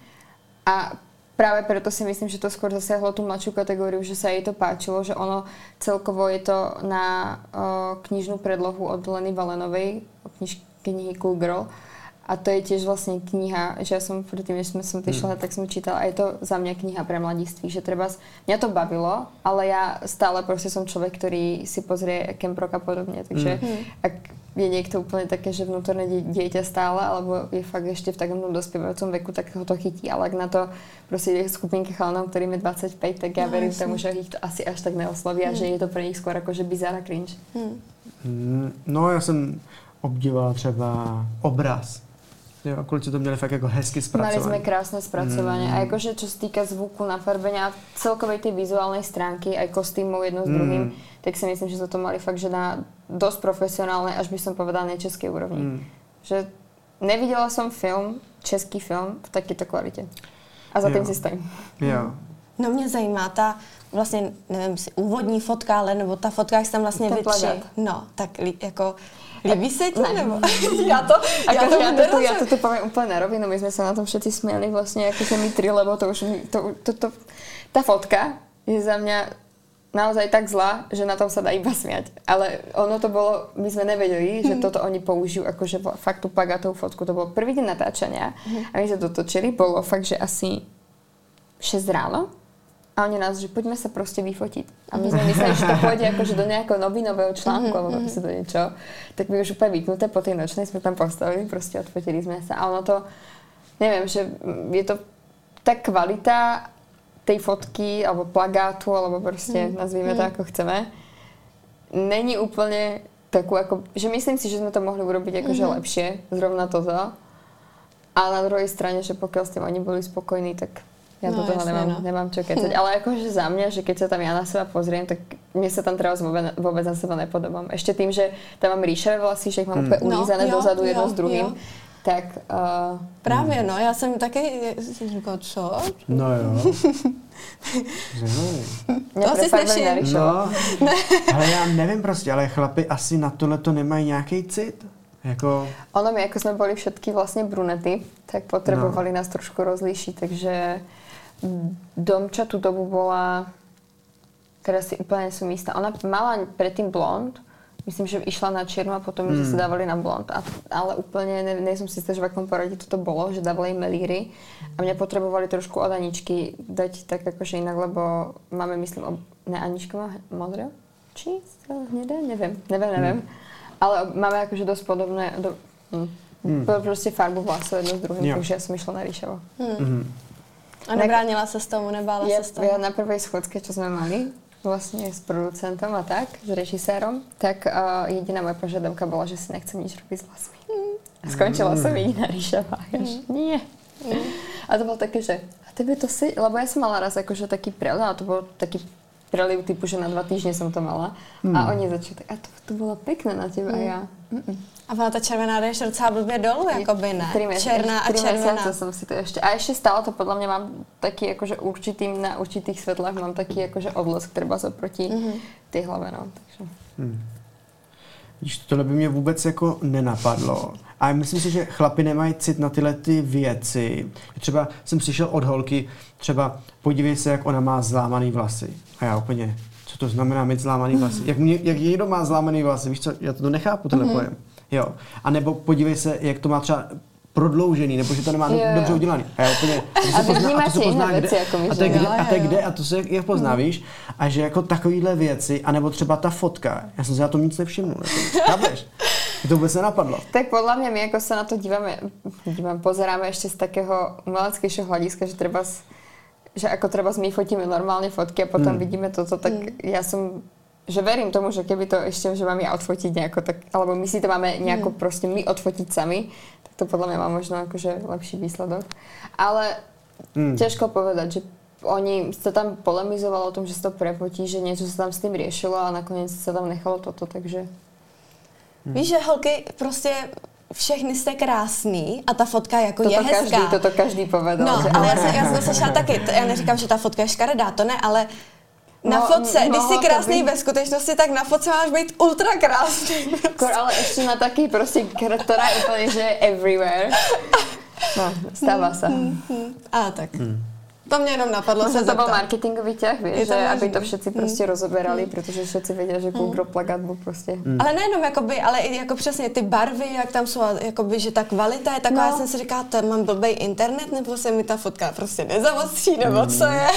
A práve preto si myslím, že to skôr zasiahlo tú mladšiu kategóriu, že sa jej to páčilo, že ono celkovo je to na knižnú predlohu od Leny Valenovej, knihy Cool Girl. A to je tiež vlastne kniha, že ja som predtým, než som to išla, tak som čítala, a je to za mňa kniha pre mladiství, že treba, mňa to bavilo, ale ja stále proste som človek, ktorý si pozrie Camp Rock a podobne, takže ak je niekto úplne také, že vnútorné dieťa stále, alebo je fakt ešte v takom dospievajúcom veku, tak ho to chytí, ale ak na to proste je skupinka chalanov, ktorým je 25, tak ja verím tomu, že ich to asi až tak neosloví a že je to pre nich skôr akože bizarra cringe. No já jsem obdivoval třeba obraz. Jo, kluci to měli fakt jako hezky zpracované. Mali sme krásne spracovanie. A akože čo sa týka zvuku, nafarbenia, celkovej tej vizuálnej stránky, aj kostýmov jedno s druhým, tak si myslím, že to mali fakt, že na dosť profesionálnej, až by som povedala, českej úrovni. Že nevidela som český film v takéto kvalite. A za tým si stojím. Jo. No mě zajímá ta vlastně, nevím, úvodní fotka, ale nebo ta fotka, jak se tam vlastně vytří. No, tak jako... Líbí se ti, nebo? Ja to tu poviem úplne na rovinu. My sme sa na tom všetci smiali vlastne, akože my tri, lebo to už... Tá fotka je za mňa naozaj tak zlá, že na tom sa dá iba smiať. Ale ono to bolo... My sme nevedeli, že toto oni použijú akože fakt tú plagátovú fotku. To bolo prvý deň natáčania a my sa to točili. Bolo fakt, že asi 6 ráno. A oni nás, že poďme sa proste vyfotiť. A my sme mysleli, že to pôjde akože do nejakého novinového článku, alebo proste do niečo. Tak my už úplne vypnuté po tej nočnej sme tam postavili, proste odfotili sme sa. A ono to, neviem, že je to tá kvalita tej fotky, alebo plagátu, alebo proste nazvíme to ako chceme, není úplne takú ako, že myslím si, že sme to mohli urobiť akože lepšie, zrovna toto. Ale na druhej strane, že pokiaľ s tým oni boli spokojní, tak ja do toho nemám čo kecať. Ale akože za mňa, že keď sa tam ja na seba pozriem, tak mne sa tam teraz vôbec na seba nepodobám. Ešte tým, že tam mám ríšavé vlasy, že ich mám úplne ulízané dozadu jedno s druhým. Tak... Právě, no, já jsem taky říkala, co? No jo. To asi slyším. No, ale já nevím prostě, ale chlapi asi na tohle to nemají nějaký cit. Jako... Ono my, ako sme boli všetky vlastne brunety, tak potrebovali nás trošku rozlíšiť, takže Domča tú dobu bola, teraz si úplne som istá, ona mala predtým blond myslím, že išla na čiernu a potom že sa dávali na blond. Ale úplne nie som si istá, že v akom poradí toto bolo, že dávali melíry a mňa potrebovali trošku od Aničky dať tak akože inak, lebo máme, myslím, Anička má modré? Či hnedé? Neviem. Ale máme akože dosť podobné, proste farbu vlasov jedno s druhým, takže ja som išla na ríšavo. A nebránila sa s tomu, nebála sa s tomu? Ja na prvej schodke, čo sme mali, vlastne s producentom a tak, s režisérom, tak jediná moja požiadavka bola, že si nechcem nič robiť s vlasmi. A skončila som jediná ríšava. Nie. A to bolo také, že a tebe to si... Lebo ja som mala raz akože taký preliv, a to bol taký preliv typu, že na 2 týždne som to mala. A oni začali tak, a to bolo pekné na teba a ja... A ona ta červená jde ještě docela blbě dolů, jakoby ne? Černá a 3 červená. mesiace som si to ešte... A ešte stále to podľa mňa mám taký, akože na určitých svetlách mám taký akože odlesk, treba oproti tej hlave, no. Takže... Víš, tohle by mě vůbec jako nenapadlo. A myslím si, že chlapi nemají cit na tyhle ty věci. Třeba jsem slyšel od holky, třeba podívej se, jak ona má zlámaný vlasy. A já úplně, co to znamená mít zlámaný vlasy? Jak někdo má zlámaný vlasy? Víš co, já to nechápu, tenhle pojem. Jo. A nebo podívej se, jak to má třeba prodloužený, nebo že to nemá dobře udělaný. A já úplně, a vy vnímáte jiné věci, jako my, a to je kde, a to se jak pozná, víš? A že jako takovýhle věci, anebo třeba ta fotka, já jsem si na tom nic nevšimnul. Chápeš? To vůbec nenapadlo. Tak podľa mňa my, ako sa na to pozeráme ešte z takého umeleckejšieho hľadiska, že ako treba my fotíme normálne fotky a potom vidíme toto, tak ja som, že verím tomu, že keby to ešte, že mám ja odfotiť nejako, tak, alebo my si to máme nejako proste my odfotiť sami, tak to podľa mňa má možno akože lepší výsledok. Ale ťažko povedať, že oni sa tam polemizovalo o tom, že sa to prepotí, že niečo sa tam s tým riešilo a nakoniec sa tam nechalo toto, takže... Víš, že holky prostě všechny jste krásný a ta fotka jako je hezká. Toto každý povedal. No, ale já jsem to slyšela taky. Já neříkám, že ta fotka je škaredá, to ne, ale na fotce, když jsi krásný ve skutečnosti, tak na fotce máš být ultra krásný. Ale ještě na taký prostě, ktorá je úplně, že everywhere. No, stává sa. A tak. To mě jenom napadlo se zeptat. To byl marketingový ťah, vieš, že aby to všetci prostě rozoberali, protože všetci věděli, že Google plagát byl prostě. Ale nejenom jakoby, ale i jako přesně ty barvy, jak tam jsou, jakoby, že ta kvalita je taková, já jsem si říkala, to mám blbej internet, nebo se mi ta fotka prostě nezavostří, nebo co je?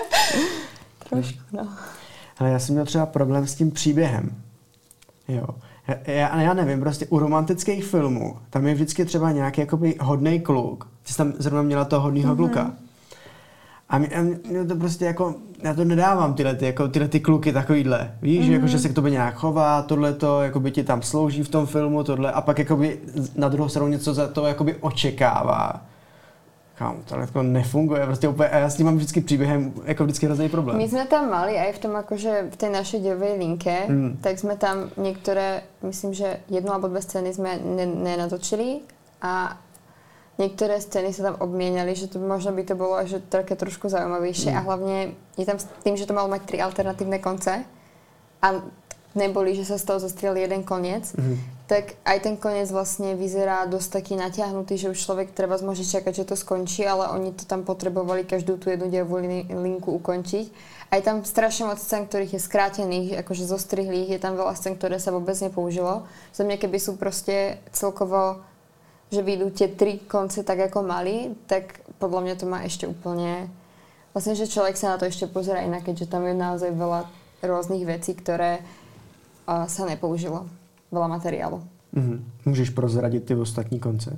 Trošku, no. Ale já jsem měl třeba problém s tím příběhem. Jo. Já nevím, prostě u romantických filmů, tam je vždycky třeba nějaký jakoby hodnej kluk. Ty jsi tam zrovna měla toho hodnýho kluka. A mě to prostě jako, já to nedávám tyhle ty kluky takovýhle, víš, jako, že se k tobě nějak chová, tohleto, jakoby ti tam slouží v tom filmu, tohle, a pak jakoby na druhou stranu něco za to jakoby očekává. Kámo, tohle jako nefunguje, prostě úplně, a já s tím mám vždycky příběhem jako vždycky hrozný problém. My jsme tam mali aj v tom akože v tej našej dějovej linke, tak jsme tam některé, myslím, že 1 alebo 2 scény jsme nenatočili a niektoré scény sa tam obmieniali, že to možno by to bolo že také trošku zaujímavejšie a hlavne je tam tým, že to malo mať 3 alternatívne konce a neboli, že sa z toho zostriel jeden koniec, tak aj ten koniec vlastne vyzerá dosť taký natiahnutý, že už človek treba môže čakať, že to skončí, ale oni to tam potrebovali každú tú jednu dejovú linku ukončiť. A je tam strašne moc scén, ktorých je skrátených, akože zostrihlých, je tam veľa scén, ktoré sa vôbec nepoužilo. Za mňa, keby sú proste celkovo že vyjdú tie 3 konce tak, ako mali, tak podľa mňa to má ešte úplne... Vlastne, že človek sa na to ešte pozerá inak, keďže tam je naozaj veľa rôznych vecí, ktoré sa nepoužilo. Veľa materiálu. Můžeš prozradit ty ostatní konce?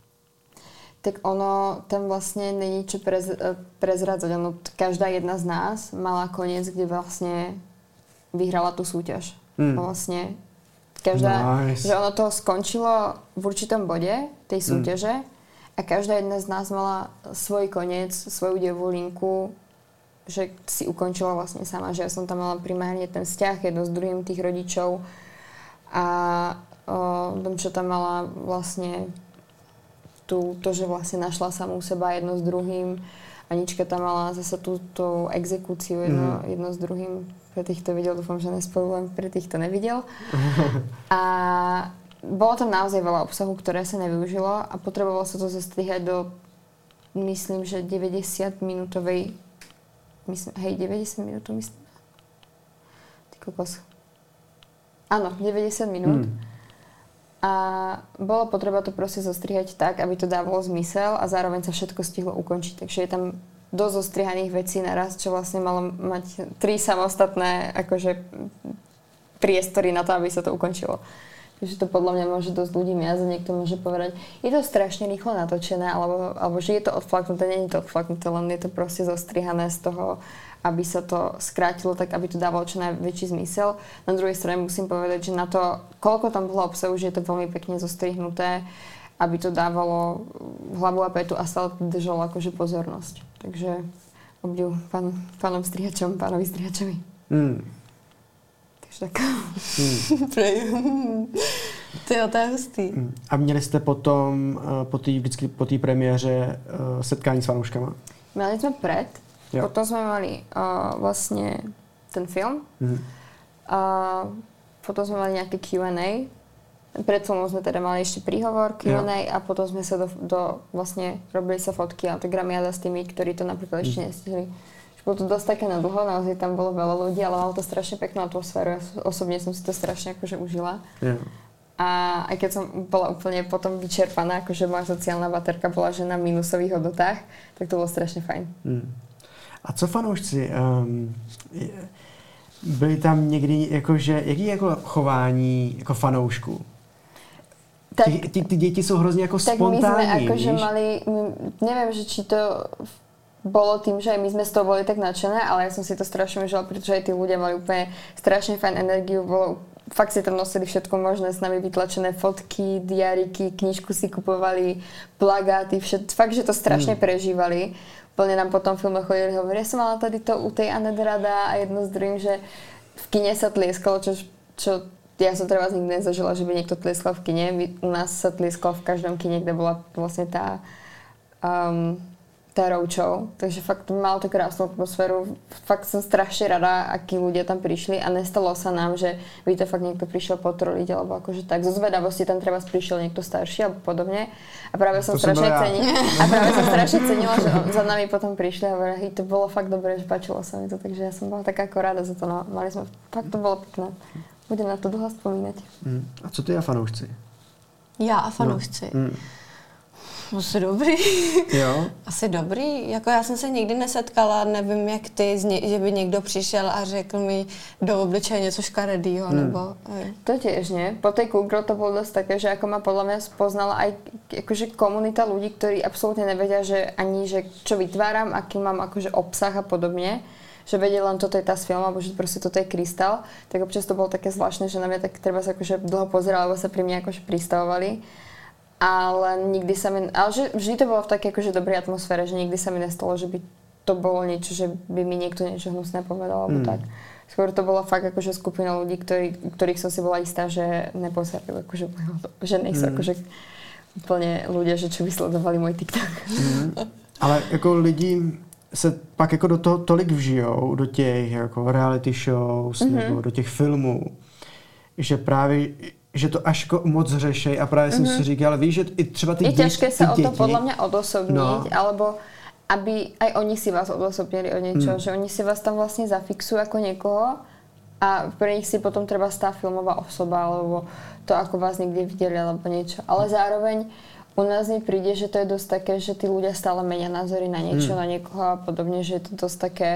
Tak ono tam vlastne není čo prezradzať. Ono, každá jedna z nás mala koniec, kde vlastne vyhrala tú súťaž. Vlastne každá, že ono to skončilo v určitom bode tej súťaže a každá jedna z nás mala svoj koniec, svoju dejovú linku, že si ukončila vlastne sama, že ja som tam mala primárne ten vzťah jedno s druhým tých rodičov a Domča tam mala vlastne to, že vlastne našla samú seba jedno s druhým. Anička tam mala zase tú exekúciu jedno s druhým. Pre tých, kto videl, dúfam, že nespojujem, pre tých, kto nevidel. A bolo tam naozaj veľa obsahu, ktoré sa nevyužilo a potrebovalo sa to zastrihať do, myslím, že 90-minútovej, 90 minút, myslím. Ty kokos. Áno, 90 minút. A bolo potreba to proste zostrihať tak, aby to dávalo zmysel a zároveň sa všetko stihlo ukončiť. Takže je tam dosť zostrihaných vecí naraz, čo vlastne malo mať 3 samostatné akože priestory na to, aby sa to ukončilo. Takže to podľa mňa môže dosť ľudí miasť a niekto môže povedať, je to strašne rýchlo natočené, alebo že je to odflaknuté, nie je to odflaknuté, len je to proste zostrihané z toho, aby sa to skrátilo tak, aby to dávalo čo najväčší zmysel. Na druhej strane musím povedať, že na to, koľko tam bolo obsahu, že je to veľmi pekne zostrihnuté, aby to dávalo hlavu a petu a stále to držalo akože pozornosť. Takže obdiv pánovi strihačovi. Takže tak. Tyjo, to je hustý. A měli jste potom vždycky po té premiéře setkání s fanouškama? Mali sme pred. Jo. Potom sme mali vlastne ten film. Potom sme mali nejaké Q&A. Pred filmom sme teda mali ešte príhovor, Q&A a potom sme sa vlastne robili sa fotky, autogramy a s tými, ktorí to napríklad ešte nestihli. Bolo to dosť také na dlho, naozaj tam bolo veľa ľudí, ale malo to strašne peknú atmosféru. Ja osobne som si to strašne akože užila. A aj keď som bola úplne potom vyčerpaná, akože moja sociálna baterka bola že na minusových hodnotách, tak to bolo strašne fajn. A co fanoušci? Byli tam někdy jakože, jaký jako chování jako fanoušků? Tak, ty děti jsou hrozně jako spontánní, tak my sme akože mali, neviem, že či to bolo tým, že aj my sme z toho boli tak nadšené, ale ja som si to strašne užila, pretože aj tí ľudia mali úplne strašne fajn energiu, fakt si tam nosili všetko možné, s nami vytlačené fotky, diariky, knižku si kupovali, plagáty, fakt, že to strašne prežívali. Plne nám po tom filme chodili hovorí, ja som mala tady to u tej Anedrada a jedno z druhým, že v kine sa tlieskalo, čo ja som treba nikdy nezažila, že by niekto tlieskal v kine. U nás sa tlieskalo v každom kine, kde bola vlastne tá roadshow. Takže fakt malo to krásnu atmosféru. Fakt som strašne rada, akí ľudia tam prišli a nestalo sa nám, že by to fakt niekto prišiel potroliť alebo akože tak. Zo zvedavosti tam treba prišiel niekto starší alebo podobne. A práve som strašne cenila, že za nami potom prišli a hovorili, to bolo fakt dobré, že páčilo sa mi to. Takže ja som bola taká ako rada za to. No, mali sme, fakt to bolo pekné. Budem na to dlho vzpomínať. A co ty a fanoušci? Já a fanoušci? Asi dobrý. Jo? Asi dobrý. Jako já jsem se nikdy nesetkala, nevím jak ty, že by někdo přišel a řekl mi do obličeje něco škaredýho, nebo... To tiež nie. Po tej Cool Girl to bolo dosť také, že ako ma podľa mňa spoznala aj akože komunita ľudí, ktorí absolútne nevedia, že ani že čo vytváram, aký mám akože obsah a podobne. Že vedeli len toto je tá z filmu, alebo že proste toto je Krystal. Tak občas to bolo také zvláštne, že na mňa tak treba sa akože dlho pozerali, alebo sa pri mne akože pristavovali. Ale nikdy sa mi... Ale že vždy to bolo v takej akože dobrej atmosfére, že nikdy sa mi nestalo, že by to bolo niečo, že by mi niekto niečo hnusné povedal, alebo tak. Skôr to bola fakt akože skupina ľudí, ktorých som si bola istá, že nepozerajú, akože, že nejsou akože úplne ľudia, že čo by sledovali môj TikTok. Ale jako lidi se pak jako do toho tolik vžijou, do těch jako reality shows nebo do těch filmů, že právě že to až moc řešej a právě jsem si říkal, ale víš, že i třeba ty děti... Je ťažké sa o to podľa mňa odosobniť, alebo aby aj oni si vás odosobnili od niečo, že oni si vás tam vlastne zafixujú ako niekoho a pre nich si potom treba tá filmová osoba, alebo to, ako vás niekde videli, alebo niečo. Ale zároveň u nás mi príde, že to je dosť také, že tí ľudia stále menia názory na niečo, na niekoho a podobne, že je to dosť také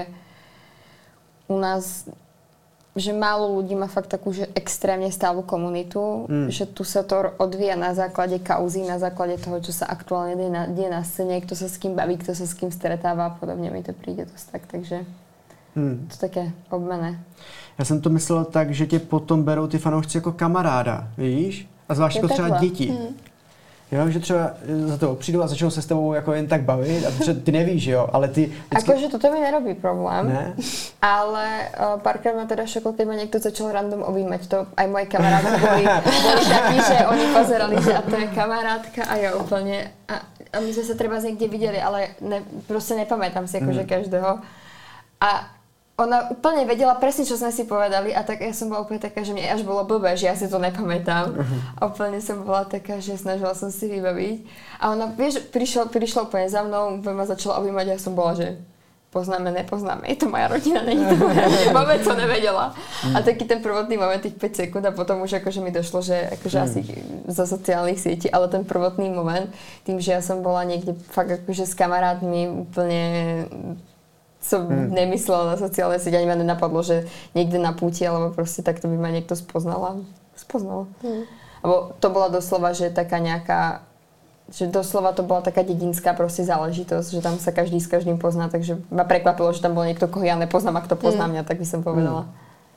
u nás... že málo ľudí má fakt takú, že extrémne stálu komunitu, že tu sa to odvíja na základe kauzy, na základe toho, čo sa aktuálne deje na scéne, kto sa s kým baví, kto sa s kým stretáva a podobne mi to príde dosť tak, takže to také obmené. Já jsem to myslel tak, že tě potom berou ty fanoušci jako kamaráda, víš? A zvlášť jako třeba děti. Jo, že třeba za to přijdou a začnou se s tebou jako jen tak bavit a ty nevíš, jo, ale ty... Vždycky... Akože toto mi nerobí problém, ne? Ale párkrát ma teda šokol, keď ma niekto začal random objímať. To aj moje kamarátky boli takí, že oni pozerali, že a to je kamarátka a ja úplne... A my sme sa treba niekde videli, ale proste nepamätám si akože každého. A ona úplne vedela presne, čo sme si povedali a tak ja som bola úplne taká, že mne až bolo blbé, že ja si to nepamätám. A úplne som bola taká, že snažila som si vybaviť. A ona, vieš, prišla úplne za mnou, ma začala objímať a ja som bola, že poznáme, nepoznáme, je to moja rodina, není to moja rodina, vôbec to nevedela. A taký ten prvotný moment, tých 5 sekúnd a potom už akože mi došlo, že akože asi zo sociálnych sietí, ale ten prvotný moment, tým, že ja som bola niekde fakt akože s kamarátmi úplne som nemyslela na sociálne siete, ani ma nenapadlo, že niekde na púti, alebo proste takto by ma niekto spoznal. Lebo to bola doslova, že taká nejaká, že doslova to bola taká dedinská proste záležitosť, že tam sa každý s každým pozná, takže ma prekvapilo, že tam bol niekto, koho ja nepoznám, a kto pozná mňa, tak by som povedala.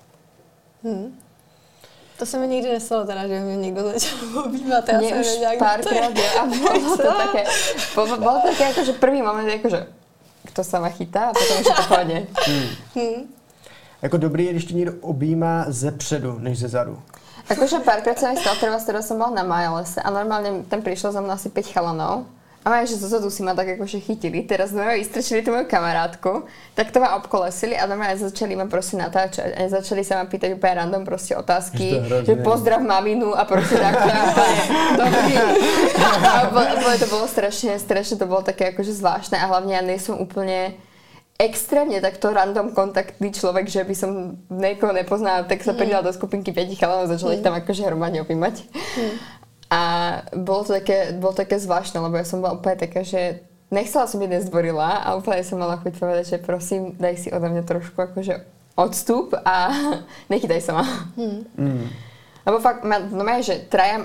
To se mi nikdy nestalo teda, že mě někdo začal objímat. Já jsem už párkrát a bolo to také, bolo to také akože prvý moment, akože kto sa ma chytá a potom už to chodí. Jako dobrý je, když tě někdo objímá ze předu, než ze zadu. Akože párkrát sa mi stalo, teda som bola na Majlese a normálne tam prišlo za mnou asi 5 chalanov. A majú, že zozadu si ma tak akože chytili. Teraz sme vystrčili tú moju kamarátku, tak to ma obkolesili a normálne začali ma proste natáčať. A začali sa ma pýtať úplne random proste otázky, že pozdrav maminu a proste takto. Dobrý. A to bolo strašne to bolo také akože zvláštne a hlavne ja nie som úplne extrémne takto random kontaktný človek, že by som niekoho nepoznala, tak sa pridala do skupinky 5 chalanov a začala ich tam akože hromadne objímať. A bolo to také zvláštne, lebo ja som bola úplne taká, že nechcela som byť nezdvorila a úplne som mala chuť povedať, že prosím, daj si odo mňa trošku akože odstup a nechytaj sa ma. Lebo fakt, že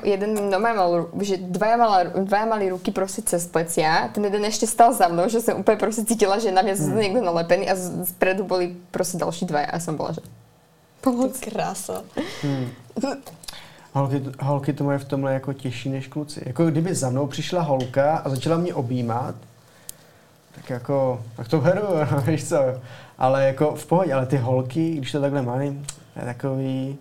dvaja mali ruky proste cez plecia, ten jeden ešte stal za mnou, že som úplne proste cítila, že na mňa niekto nalepený a spredu boli proste ďalší dvaja a som bola, že pomoc. Krása. Holky to mají v tomhle jako těžší než kluci. Jako kdyby za mnou přišla holka a začala mě objímat, tak jako, tak to beru, víš co. Ale jako v pohodě, ale ty holky, když to takhle mají, je takový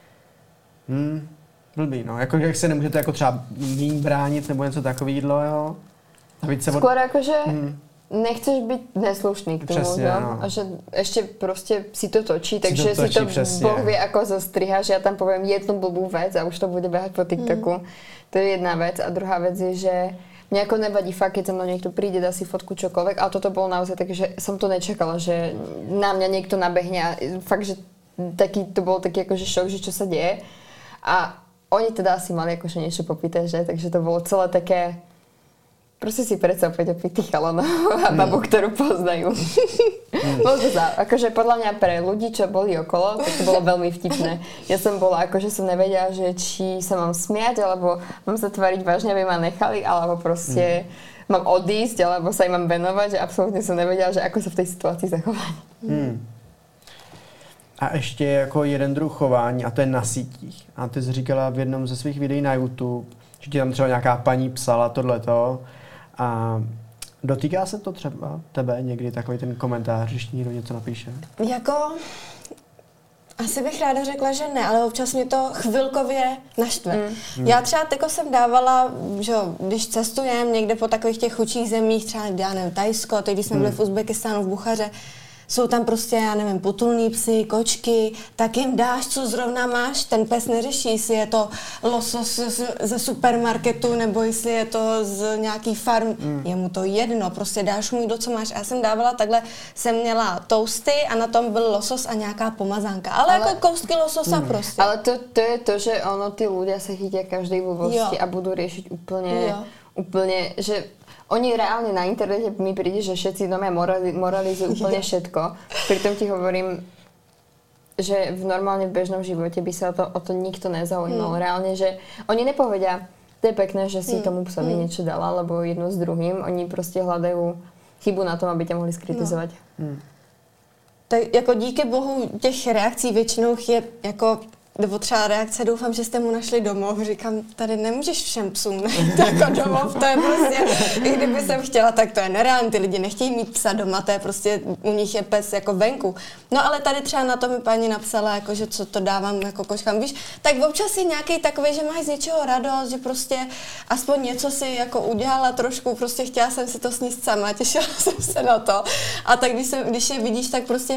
blbý, no. Jako, jak se nemůžete jako třeba míň bránit nebo něco takového. Skôr akože nechceš byť neslušný k tomu, přesně, no. A že ešte proste si to točí, takže si to Boh vie ako zostriha, že ja tam poviem jednu blbú vec a už to bude behať po TikToku. To je jedna vec. A druhá vec je, že mne ako nevadí fakt, keď sa mnou niekto príde, dá si fotku čokoľvek, ale toto bolo naozaj také, že som to nečakala, že na mňa niekto nabehne a fakt, že to bol taký akože šok, že čo sa deje. A oni teda asi mali akože niečo popýtať, že? Takže to bolo celé také. Proste si predsa opäť tých chalanov a babu, ktorú poznajú. Bolo to akože podľa mňa pre ľudí, čo boli okolo, tak to bolo veľmi vtipné. Ja som bola, akože som nevedela, že či sa mám smiať, alebo mám sa tváriť vážne, aby ma nechali, alebo proste mám odísť, alebo sa im mám venovať, že absolútne som nevedela, že ako sa v tej situácii zachovať. A ještě jako jeden druh chování, a to je na sítích. A ty jsi říkala v jednom ze svých videí na YouTube, že ti tam třeba nějaká paní psala tohleto. A dotýká se to třeba tebe někdy takový ten komentář, když někdo něco napíše? Jako, asi bych ráda řekla, že ne, ale občas mě to chvilkově naštve. Já třeba jako jsem dávala, že když cestujem někde po takových těch chudších zemích, třeba já nevím, Thajsko, teď když jsme byli v Uzbekistánu, v Buchaře, jsou tam prostě, já nevím, potulný psy, kočky, tak jim dáš, co zrovna máš, ten pes neřeší, jestli je to losos ze supermarketu, nebo jestli je to z nějaký farm, je mu to jedno, prostě dáš mu to, co máš. Já jsem dávala takhle, jsem měla toasty a na tom byl losos a nějaká pomazánka, ale jako kousky lososa prostě. Ale to je to, že ono, ty ľudia sa chytia každej blbosti a budú riešiť úplne, že oni reálne na internete mi príde, že všetci doma moralizujú úplne všetko. Pritom ti hovorím, že normálne v bežnom živote by sa o to nikto nezaujímal. Reálne, že oni nepovedia, to je pekné, že si tomu psovi niečo dala, lebo jedno s druhým. Oni proste hľadajú chybu na tom, aby ťa mohli skritizovať. Tak jako díky bohu těch reakcí většinou je jako nebo třeba reakce, doufám, že jste mu našli domov. Říkám, tady nemůžeš všem psům najít jako domov, to je prostě, i kdyby jsem chtěla, tak to je nereálné, ty lidi nechtějí mít psa doma, to je prostě, u nich je pes jako venku. No ale tady třeba na to mi paní napsala, jako, že co to dávám jako kočkám, víš, tak občas je nějaký takový, že máš z něčeho radost, že prostě aspoň něco si jako udělala trošku, prostě chtěla jsem si to sníst sama, těšila jsem se na to. A tak když je vidíš, tak prostě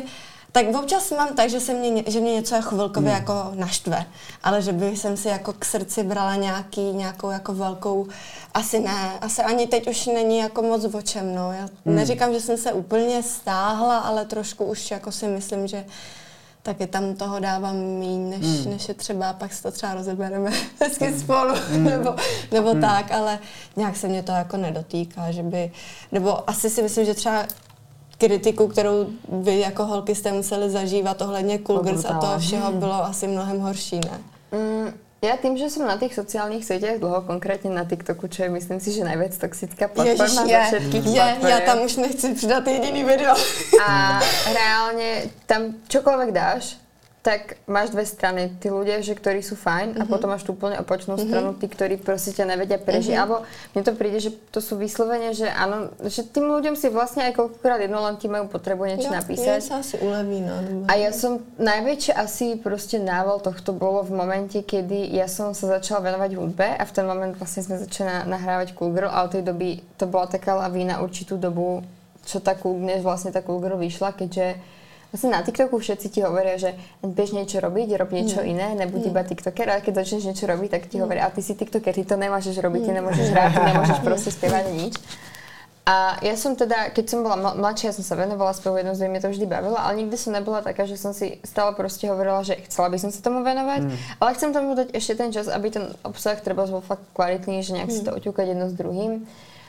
Tak občas mám tak, že mě něco chvilkově jako naštve, ale že bych jsem si jako k srdci brala nějakou jako velkou, asi ne, asi ani teď už není jako moc o čem, no. Já neříkám, že jsem se úplně stáhla, ale trošku už jako si myslím, že taky tam toho dávám míň, než je třeba, pak si to třeba rozebereme hezky spolu, nebo tak, ale nějak se mě to jako nedotýká, že by, nebo asi si myslím, že třeba kritiku, kterou vy jako holky jste museli zažívat ohledně Cool Girls a toho všeho bylo asi mnohem horší, ne? Ja tým, že som na tých sociálnych sieťach dlho, konkrétne na TikToku, čo je myslím si, že najviac toxická platforma zo všetkých platform. Ja tam už nechci přidat jediný video. A reálne tam čokoľvek dáš, tak máš dve strany. Tí ľudia, že ktorí sú fajn a potom máš tú úplne opačnú stranu, tí, ktorí proste ťa nevedia prežiť. Alebo mne to príde, že to sú vyslovene, že áno, že tým ľuďom si vlastne aj koľkokrát jedno, len ti majú potrebu niečo napísať. Ja sa asi uleví, no. A ja som, najväčšie asi proste nával tohto bolo v momente, kedy ja som sa začala venovať hudbe a v ten moment vlastne sme začali nahrávať Cool Girl, ale tej doby to bola taká lavína určitú dobu, čo tá Cool Girl vyšla, keďže vlastne na TikToku všetci ti hovoria, že bež niečo robiť, rob niečo iné, nebuď iba TikToker, ale keď začneš niečo robiť, tak ti hovoria, a ty si TikToker, ty to nemôžeš robiť, ty nemôžeš hrať, ty nemôžeš proste spievať nič. A ja som teda, keď som bola mladšia, ja som sa venovala spevu, jednou z mňa to vždy bavilo, ale nikdy som nebola taká, že som si stále proste hovorila, že chcela by som sa tomu venovať, ale chcem tomu dať ešte ten čas, aby ten obsah treba bol fakt kvalitný, že nejak si to oťukať jedno s druhým.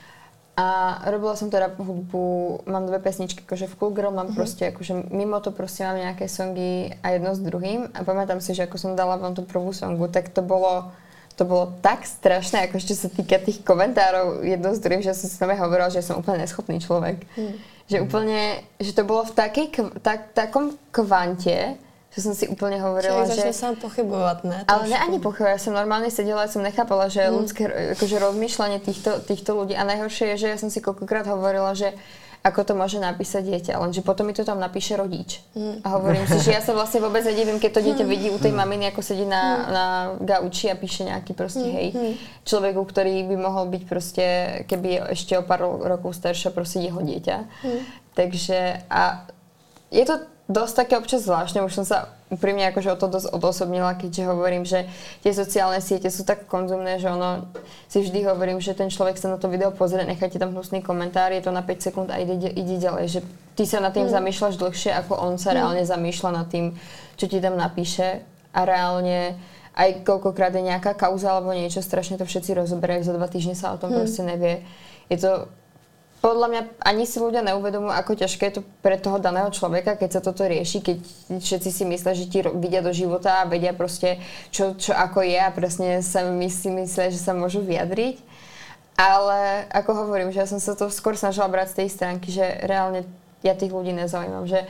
A robila som teda hudbu, mám dve pesničky, akože v Cool Girl mám proste, akože mimo to proste mám nejaké songy a jedno s druhým. A pamätám si, že ako som dala vám tú prvú songu, tak to bolo tak strašné, ako čo sa týka tých komentárov jedno s druhým, že som si hovorila, že som úplne neschopný človek. Že úplne, že to bolo v takom kvante, že som si úplne hovorila, že... Začne sám pochybovať, ne? Ale ne ani pochybovať, ja som normálne sedela, ja som nechápala, že ľudské akože rozmýšľanie týchto ľudí a najhoršie je, že ja som si koľkokrát hovorila, že ako to môže napísať dieťa, lenže potom mi to tam napíše rodič. A hovorím si, že ja sa vlastne vôbec nedivím, keď to dieťa vidí u tej maminy, ako sedí na gauči a píše nejaký proste hej človeku, ktorý by mohol byť proste, keby je ešte o pár rokov staršia, proste jeho dieťa. Takže a je to dosť také občas zvláštne, už som sa úprimne akože o to dosť odosobnila, keďže hovorím, že tie sociálne siete sú tak konzumné, že ono si vždy hovorím, že ten človek sa na to video pozrie, nechajte tam hnusný komentár, je to na 5 sekúnd a ide ďalej, že ty sa nad tým zamýšľaš dlhšie, ako on sa reálne zamýšľa nad tým, čo ti tam napíše a reálne aj koľkokrát je nejaká kauza alebo niečo, strašne to všetci rozoberajú, za 2 týždne sa o tom proste nevie. Je to podľa mňa ani si ľudia neuvedomujú, ako ťažké je to pre toho daného človeka, keď sa toto rieši, keď všetci si myslia, že ti vidia do života a vedia proste, čo ako je a presne sa si myslia, že sa môžu vyjadriť. Ale ako hovorím, že ja som sa to skôr snažila brať z tej stránky, že reálne ja tých ľudí nezaujímam. Že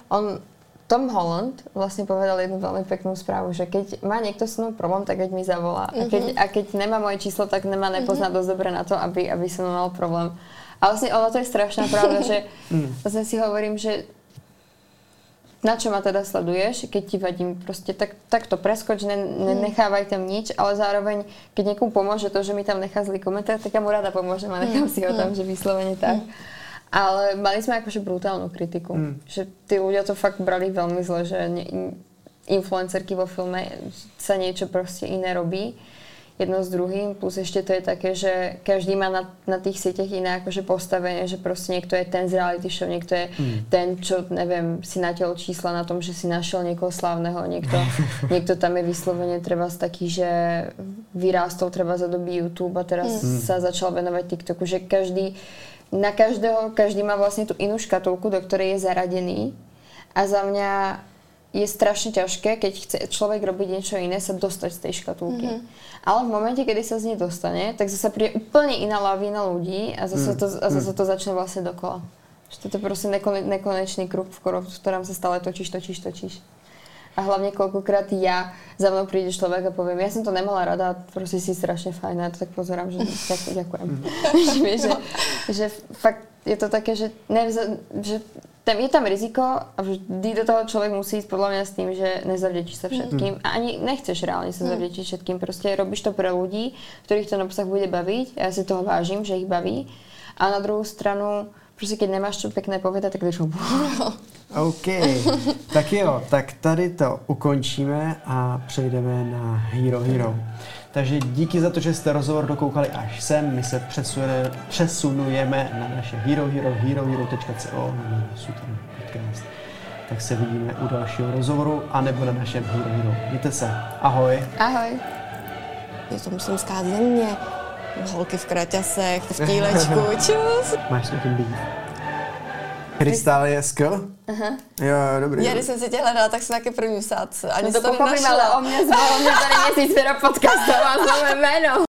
Tom Holland vlastne povedal jednu veľmi peknú správu, že keď má niekto s mnou problém, tak keď mi zavolá. A keď nemá moje číslo, tak nemá nepozná dosť dobre na to, aby som mal problém. A vlastne to je strašná pravda, že vlastne si hovorím, že na čo ma teda sleduješ, keď ti vadím proste, tak to preskoč, nechávaj tam nič, ale zároveň, keď niekomu pomôže to, že mi tam nechá zlý komentár, tak ja mu rada pomôžem a nechám si ho tam, že vyslovene tak. Ale mali sme akože brutálnu kritiku, že tí ľudia to fakt brali veľmi zle, že influencerky vo filme sa niečo proste iné robí. Jedno s druhým, plus ešte to je také, že každý má na tých sieťach iné akože postavenie, že proste niekto je ten z reality show, niekto je ten, čo, neviem, si natiaľ čísla na tom, že si našiel niekoho slávneho, niekto tam je vyslovene trebárs taký, že vyrástol trebárs za doby YouTube a teraz sa začal venovať TikToku, že každý má vlastne tú inú škatulku, do ktorej je zaradený a za mňa je strašne ťažké, keď chce človek robiť niečo iné, sa dostať z tej škatulky. Ale v momente, kedy sa z nej dostane, tak zase príde úplne iná lavína ľudí a zase to začne vlastne dokola. Že to je proste nekonečný kruh, v ktorom sa stále točíš. A hlavne koľkokrát za mnou príde človek a poviem, ja som to nemala rada, proste si strašne fajn, a ja to tak pozerám, že ďakujem. že fakt je to také, že je tam riziko a vždy do toho človek musí ísť podľa mňa s tým, že nezavďačí sa všetkým a ani nechceš reálne sa zavďačiť všetkým, proste robíš to pre ľudí, ktorých ten obsah bude baviť, ja si toho vážim, že ich baví a na druhú stranu Prostě keď nemáš čo pekné povedať, tak jdeš OK, tak jo, tak tady to ukončíme a přejdeme na Hero Hero. Takže díky za to, že jste rozhovor dokoukali až sem. My se přesunujeme na naše herohero.co podcast. Tak se vidíme u dalšího rozhovoru anebo na našem Hero Hero. Mějte se. Ahoj. Ahoj. Já to musím zkát ze mě. Holky v kraťasech, v tílečku. Čus. Máš s někým být? Krystále je skill? Aha. Jo, dobrý. Já, když jsem si tě hledala, tak jsem taky první v sádce. Ani to pochopím, ale o mě tady měsíc do podcastu a známe jméno.